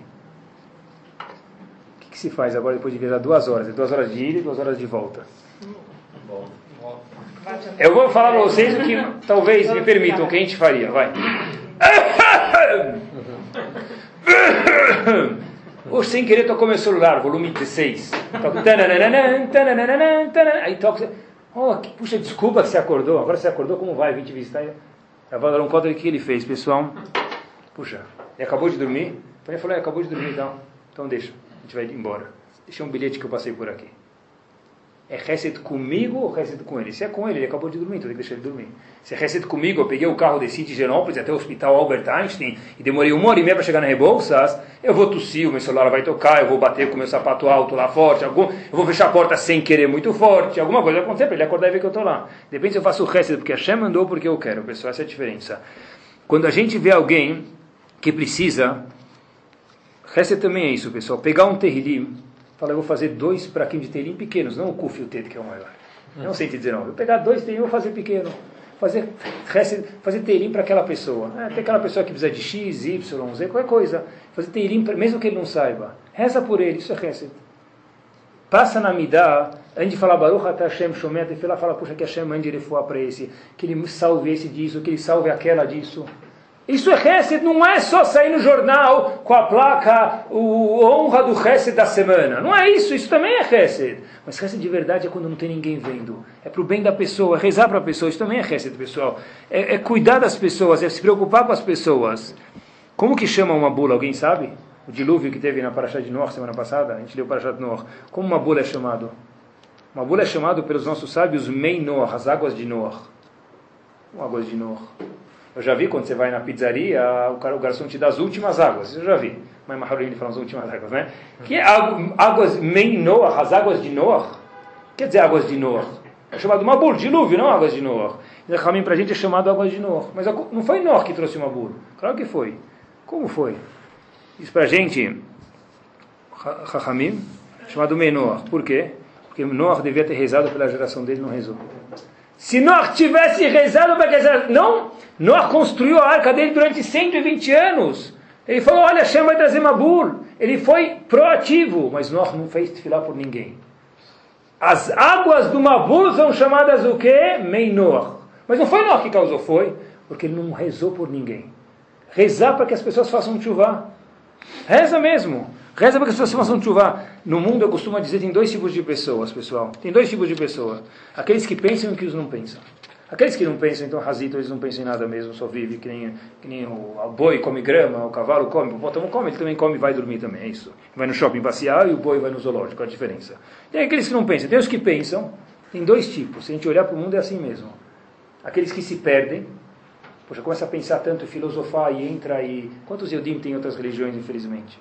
O que, que se faz agora depois de viajar duas horas? É duas horas de ida e duas horas de volta. Eu vou falar para vocês o que talvez me permitam o que a gente faria. Vai. Hoje, sem querer, tocou meu celular, volume dezesseis. Aí toca. Oh, puxa, desculpa que você acordou. Agora você acordou, como vai? Vim te visitar. A Valorão conta o que ele fez, pessoal. Puxa, ele acabou de dormir? Ele falou, é, acabou de dormir, então. Então deixa, a gente vai embora. Deixa um bilhete que eu passei por aqui. É Hesed comigo ou Hesed com ele? Se é com ele, ele acabou de dormir, então tem que deixar ele dormir. Se é Hesed comigo, eu peguei o carro, desci de Genópolis até o hospital Albert Einstein e demorei uma hora e meia para chegar na Rebouças, eu vou tossir, o meu celular vai tocar, eu vou bater com o meu sapato alto lá forte, algum, eu vou fechar a porta sem querer muito forte, alguma coisa vai acontecer para ele acordar e ver que eu estou lá. Depende se eu faço o Hesed porque Hashem mandou ou porque eu quero, pessoal, essa é a diferença. Quando a gente vê alguém que precisa, Hesed também é isso, pessoal, pegar um terrilim, fala, eu vou fazer dois praquinhos de teirim pequenos, não o Kuf e o Tet, que é o maior. Não cento e dezenove. Eu vou pegar dois teirim e vou fazer pequeno. Fazer, fazer teirim para aquela pessoa. É, tem aquela pessoa que precisa de X, Y, Z, qualquer coisa. Fazer teirim, mesmo que ele não saiba. Reza por ele, isso é Hesed. Passa na Midah, antes de falar Baruch Atah Hashem Shomer Tefillah, fala, puxa, que Hashem mande refuá para esse, que ele salve esse disso, que ele salve aquela disso. Isso é Hesed, não é só sair no jornal com a placa, o honra do Hesed da semana. Não é isso, isso também é Hesed. Mas Hesed de verdade é quando não tem ninguém vendo. É para o bem da pessoa, é rezar para a pessoa. Isso também é Hesed, pessoal. É, é cuidar das pessoas, é se preocupar com as pessoas. Como que chama uma bula, alguém sabe? O dilúvio que teve na Parashá de Noach semana passada, a gente leu o Parashá de Noach. Como uma bula é chamado? Uma bula é chamado pelos nossos sábios Mei Noach, as águas de Noach. Águas de Noach. Eu já vi quando você vai na pizzaria, o, cara, o garçom te dá as últimas águas. Eu já vi. Mas Maharim fala as últimas águas, né? Que é águas Mei Noach, as águas de Noach. Quer dizer águas de Noach? É chamado Mabul, dilúvio, não águas de Noach. O caminho para a gente é chamado águas de Noach. Mas não foi Noach que trouxe o Mabul. Claro que foi. Como foi? Isso para a gente, Chachamim, chamado Mei Noach. Por quê? Porque Noach devia ter rezado pela geração dele, não rezou. Se Noach tivesse rezado para que não, Noach construiu a arca dele durante cento e vinte anos. Ele falou, olha, Hashem vai trazer Mabul. Ele foi proativo, mas Noach não fez tefilá por ninguém. As águas do Mabul são chamadas o quê? Mei Noach. Mas não foi Noach que causou, foi porque ele não rezou por ninguém. Rezar para que as pessoas façam tchuvá. Reza mesmo. Reza para que as pessoas façam tchuvá. No mundo eu costumo dizer que tem dois tipos de pessoas, pessoal. Tem dois tipos de pessoas. Aqueles que pensam e que os não pensam. Aqueles que não pensam, então, razito, eles não pensam em nada mesmo, só vive que nem, que nem o, o boi come grama, o cavalo come, o botão come, ele também come e vai dormir também, é isso. Vai no shopping passear e o boi vai no zoológico, é a diferença. Tem aqueles que não pensam. Tem os que pensam, tem dois tipos. Se a gente olhar para o mundo é assim mesmo. Aqueles que se perdem, poxa, começa a pensar tanto, filosofar e entra e... Quantos Yodim tem em outras religiões, infelizmente?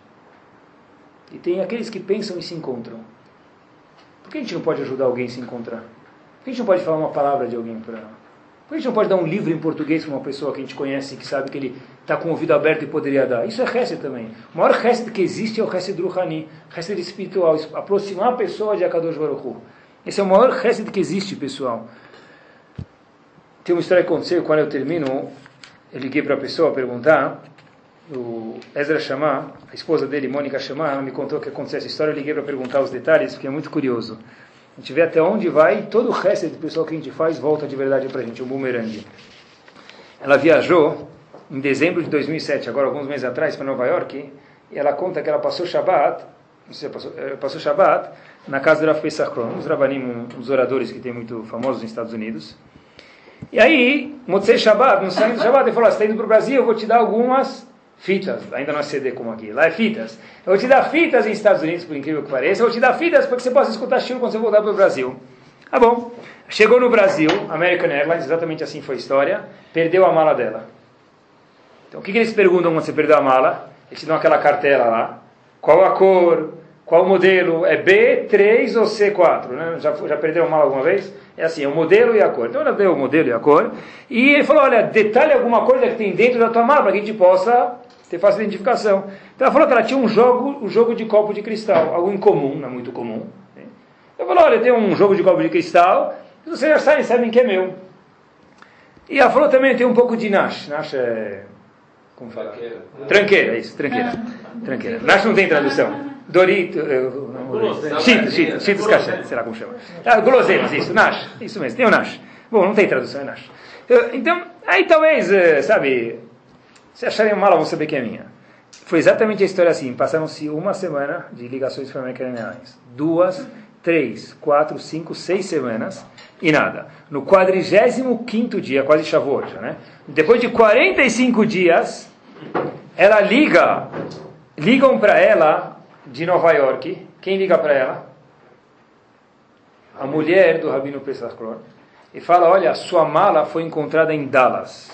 E tem aqueles que pensam e se encontram. Por que a gente não pode ajudar alguém a se encontrar? Por que a gente não pode falar uma palavra de alguém para... Por que a gente não pode dar um livro em português para uma pessoa que a gente conhece, que sabe que ele está com o ouvido aberto e poderia dar? Isso é Hesed também. O maior Hesed que existe é o Hesed Ruhani, Hesed espiritual, aproximar a pessoa de Akadosh Baruch Hu. Esse é o maior Hesed que existe, pessoal. Tem uma história que aconteceu, quando eu termino, eu liguei para a pessoa perguntar, o Ezra Shammah, a esposa dele, Mônica Shammah, ela me contou que aconteceu essa história, eu liguei para perguntar os detalhes, porque é muito curioso. A gente vê até onde vai, todo o resto do pessoal que a gente faz volta de verdade para a gente, um bumerangue. Ela viajou em dezembro de dois mil e sete, agora alguns meses atrás, para Nova York, e ela conta que ela passou Shabbat, não sei, passou, passou Shabbat na casa do Rav Pesach Krohn, uns rabanim, uns oradores que tem muito famosos nos Estados Unidos. E aí, Motzei Shabbat, no saindo do Shabbat, ele falou, você está indo para o Brasil, eu vou te dar algumas fitas, ainda não é C D como aqui, lá é fitas. Eu vou te dar fitas nos Estados Unidos, por incrível que pareça, eu vou te dar fitas para que você possa escutar shiur quando você voltar para o Brasil. Tá bom. Chegou no Brasil, American Airlines, exatamente assim foi a história, perdeu a mala dela. Então, o que, que eles perguntam quando você perdeu a mala? Eles te dão aquela cartela lá, qual a cor, qual o modelo, é B três ou C quatro, né? Já, já perdeu a mala alguma vez? É assim, é o modelo e a cor. Então ela deu o modelo e a cor, e ele falou, olha, detalhe alguma coisa que tem dentro da tua mala, para que a gente possa ter fácil identificação. Então ela falou que ela tinha um jogo, um jogo de copo de cristal, algo incomum, não é muito comum. Né? Eu falei, olha, tem um jogo de copo de cristal, vocês já sabem, sabem que é meu. E ela falou também, tem um pouco de Nash. Nash é... como fala? Tranqueira. Tranqueira, isso, tranqueira. Tranqueira. Nash não tem tradução. Dorito, Cheetos, Cheetos, Cheetos cachê, sei lá como chama. Ah, guloseimas, isso, Nash, isso mesmo, tem o Nash. Bom, não tem tradução, é Nash. Então, aí talvez, sabe, se acharem mala, vão saber que é minha. Foi exatamente a história assim, passaram-se uma semana de ligações para American Airlines. Duas, três, quatro, cinco, seis semanas e nada. No quadrigésimo quinto dia, quase Shavuot, né? Depois de quarenta e cinco dias, ela liga, ligam para ela de Nova York. Quem liga para ela? a mulher do Rabino Pesach Klor, e fala, olha, a sua mala foi encontrada em Dallas.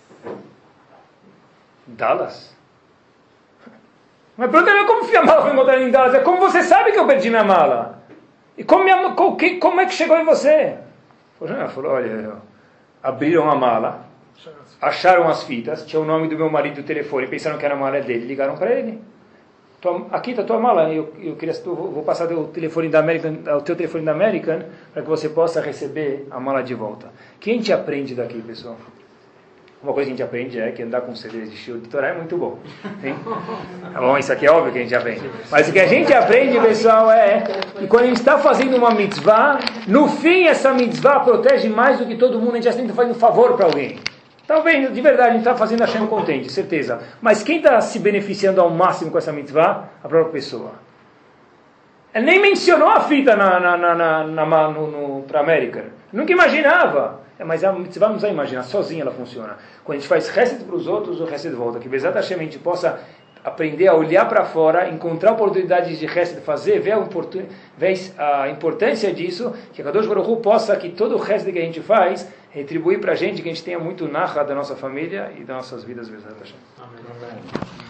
Dallas? Mas pergunta como a mala foi encontrada em Dallas? É como você sabe que eu perdi minha mala? E como, minha, como é que chegou em você? Ela falou, olha, abriram a mala, acharam as fitas, tinha o nome do meu marido e o telefone, pensaram que era a mala dele, ligaram para ele. Tua, aqui está a tua mala, eu, eu queria, eu vou passar o telefone da American, o teu telefone da American para que você possa receber a mala de volta. O que a gente aprende daqui, pessoal? Uma coisa que a gente aprende é que andar com C Ds de Shiur de Torá é muito bom. Hein? Tá bom, isso aqui é óbvio que a gente aprende. Mas o que a gente aprende, pessoal, é que quando a gente está fazendo uma mitzvah, no fim essa mitzvah protege mais do que todo mundo, a gente já está fazendo um favor para alguém. Talvez, de verdade, a gente está fazendo a Hashem contente, certeza. Mas quem está se beneficiando ao máximo com essa mitzvah? A própria pessoa. Ele nem mencionou a fita na, na, na, na, na, no, no, para a América. Nunca imaginava. É, mas a mitzvah não precisa imaginar, sozinha ela funciona. Quando a gente faz chesed para os outros, o chesed volta. Que Bezat Hashem a gente possa aprender a olhar para fora, encontrar oportunidades de chesed fazer, ver a, ver a importância disso, que a Kadosh Baruch Hu possa, que todo o chesed que a gente faz, retribuir para a gente, que a gente tenha muito narra da nossa família e das nossas vidas. Bezat Hashem. Amém.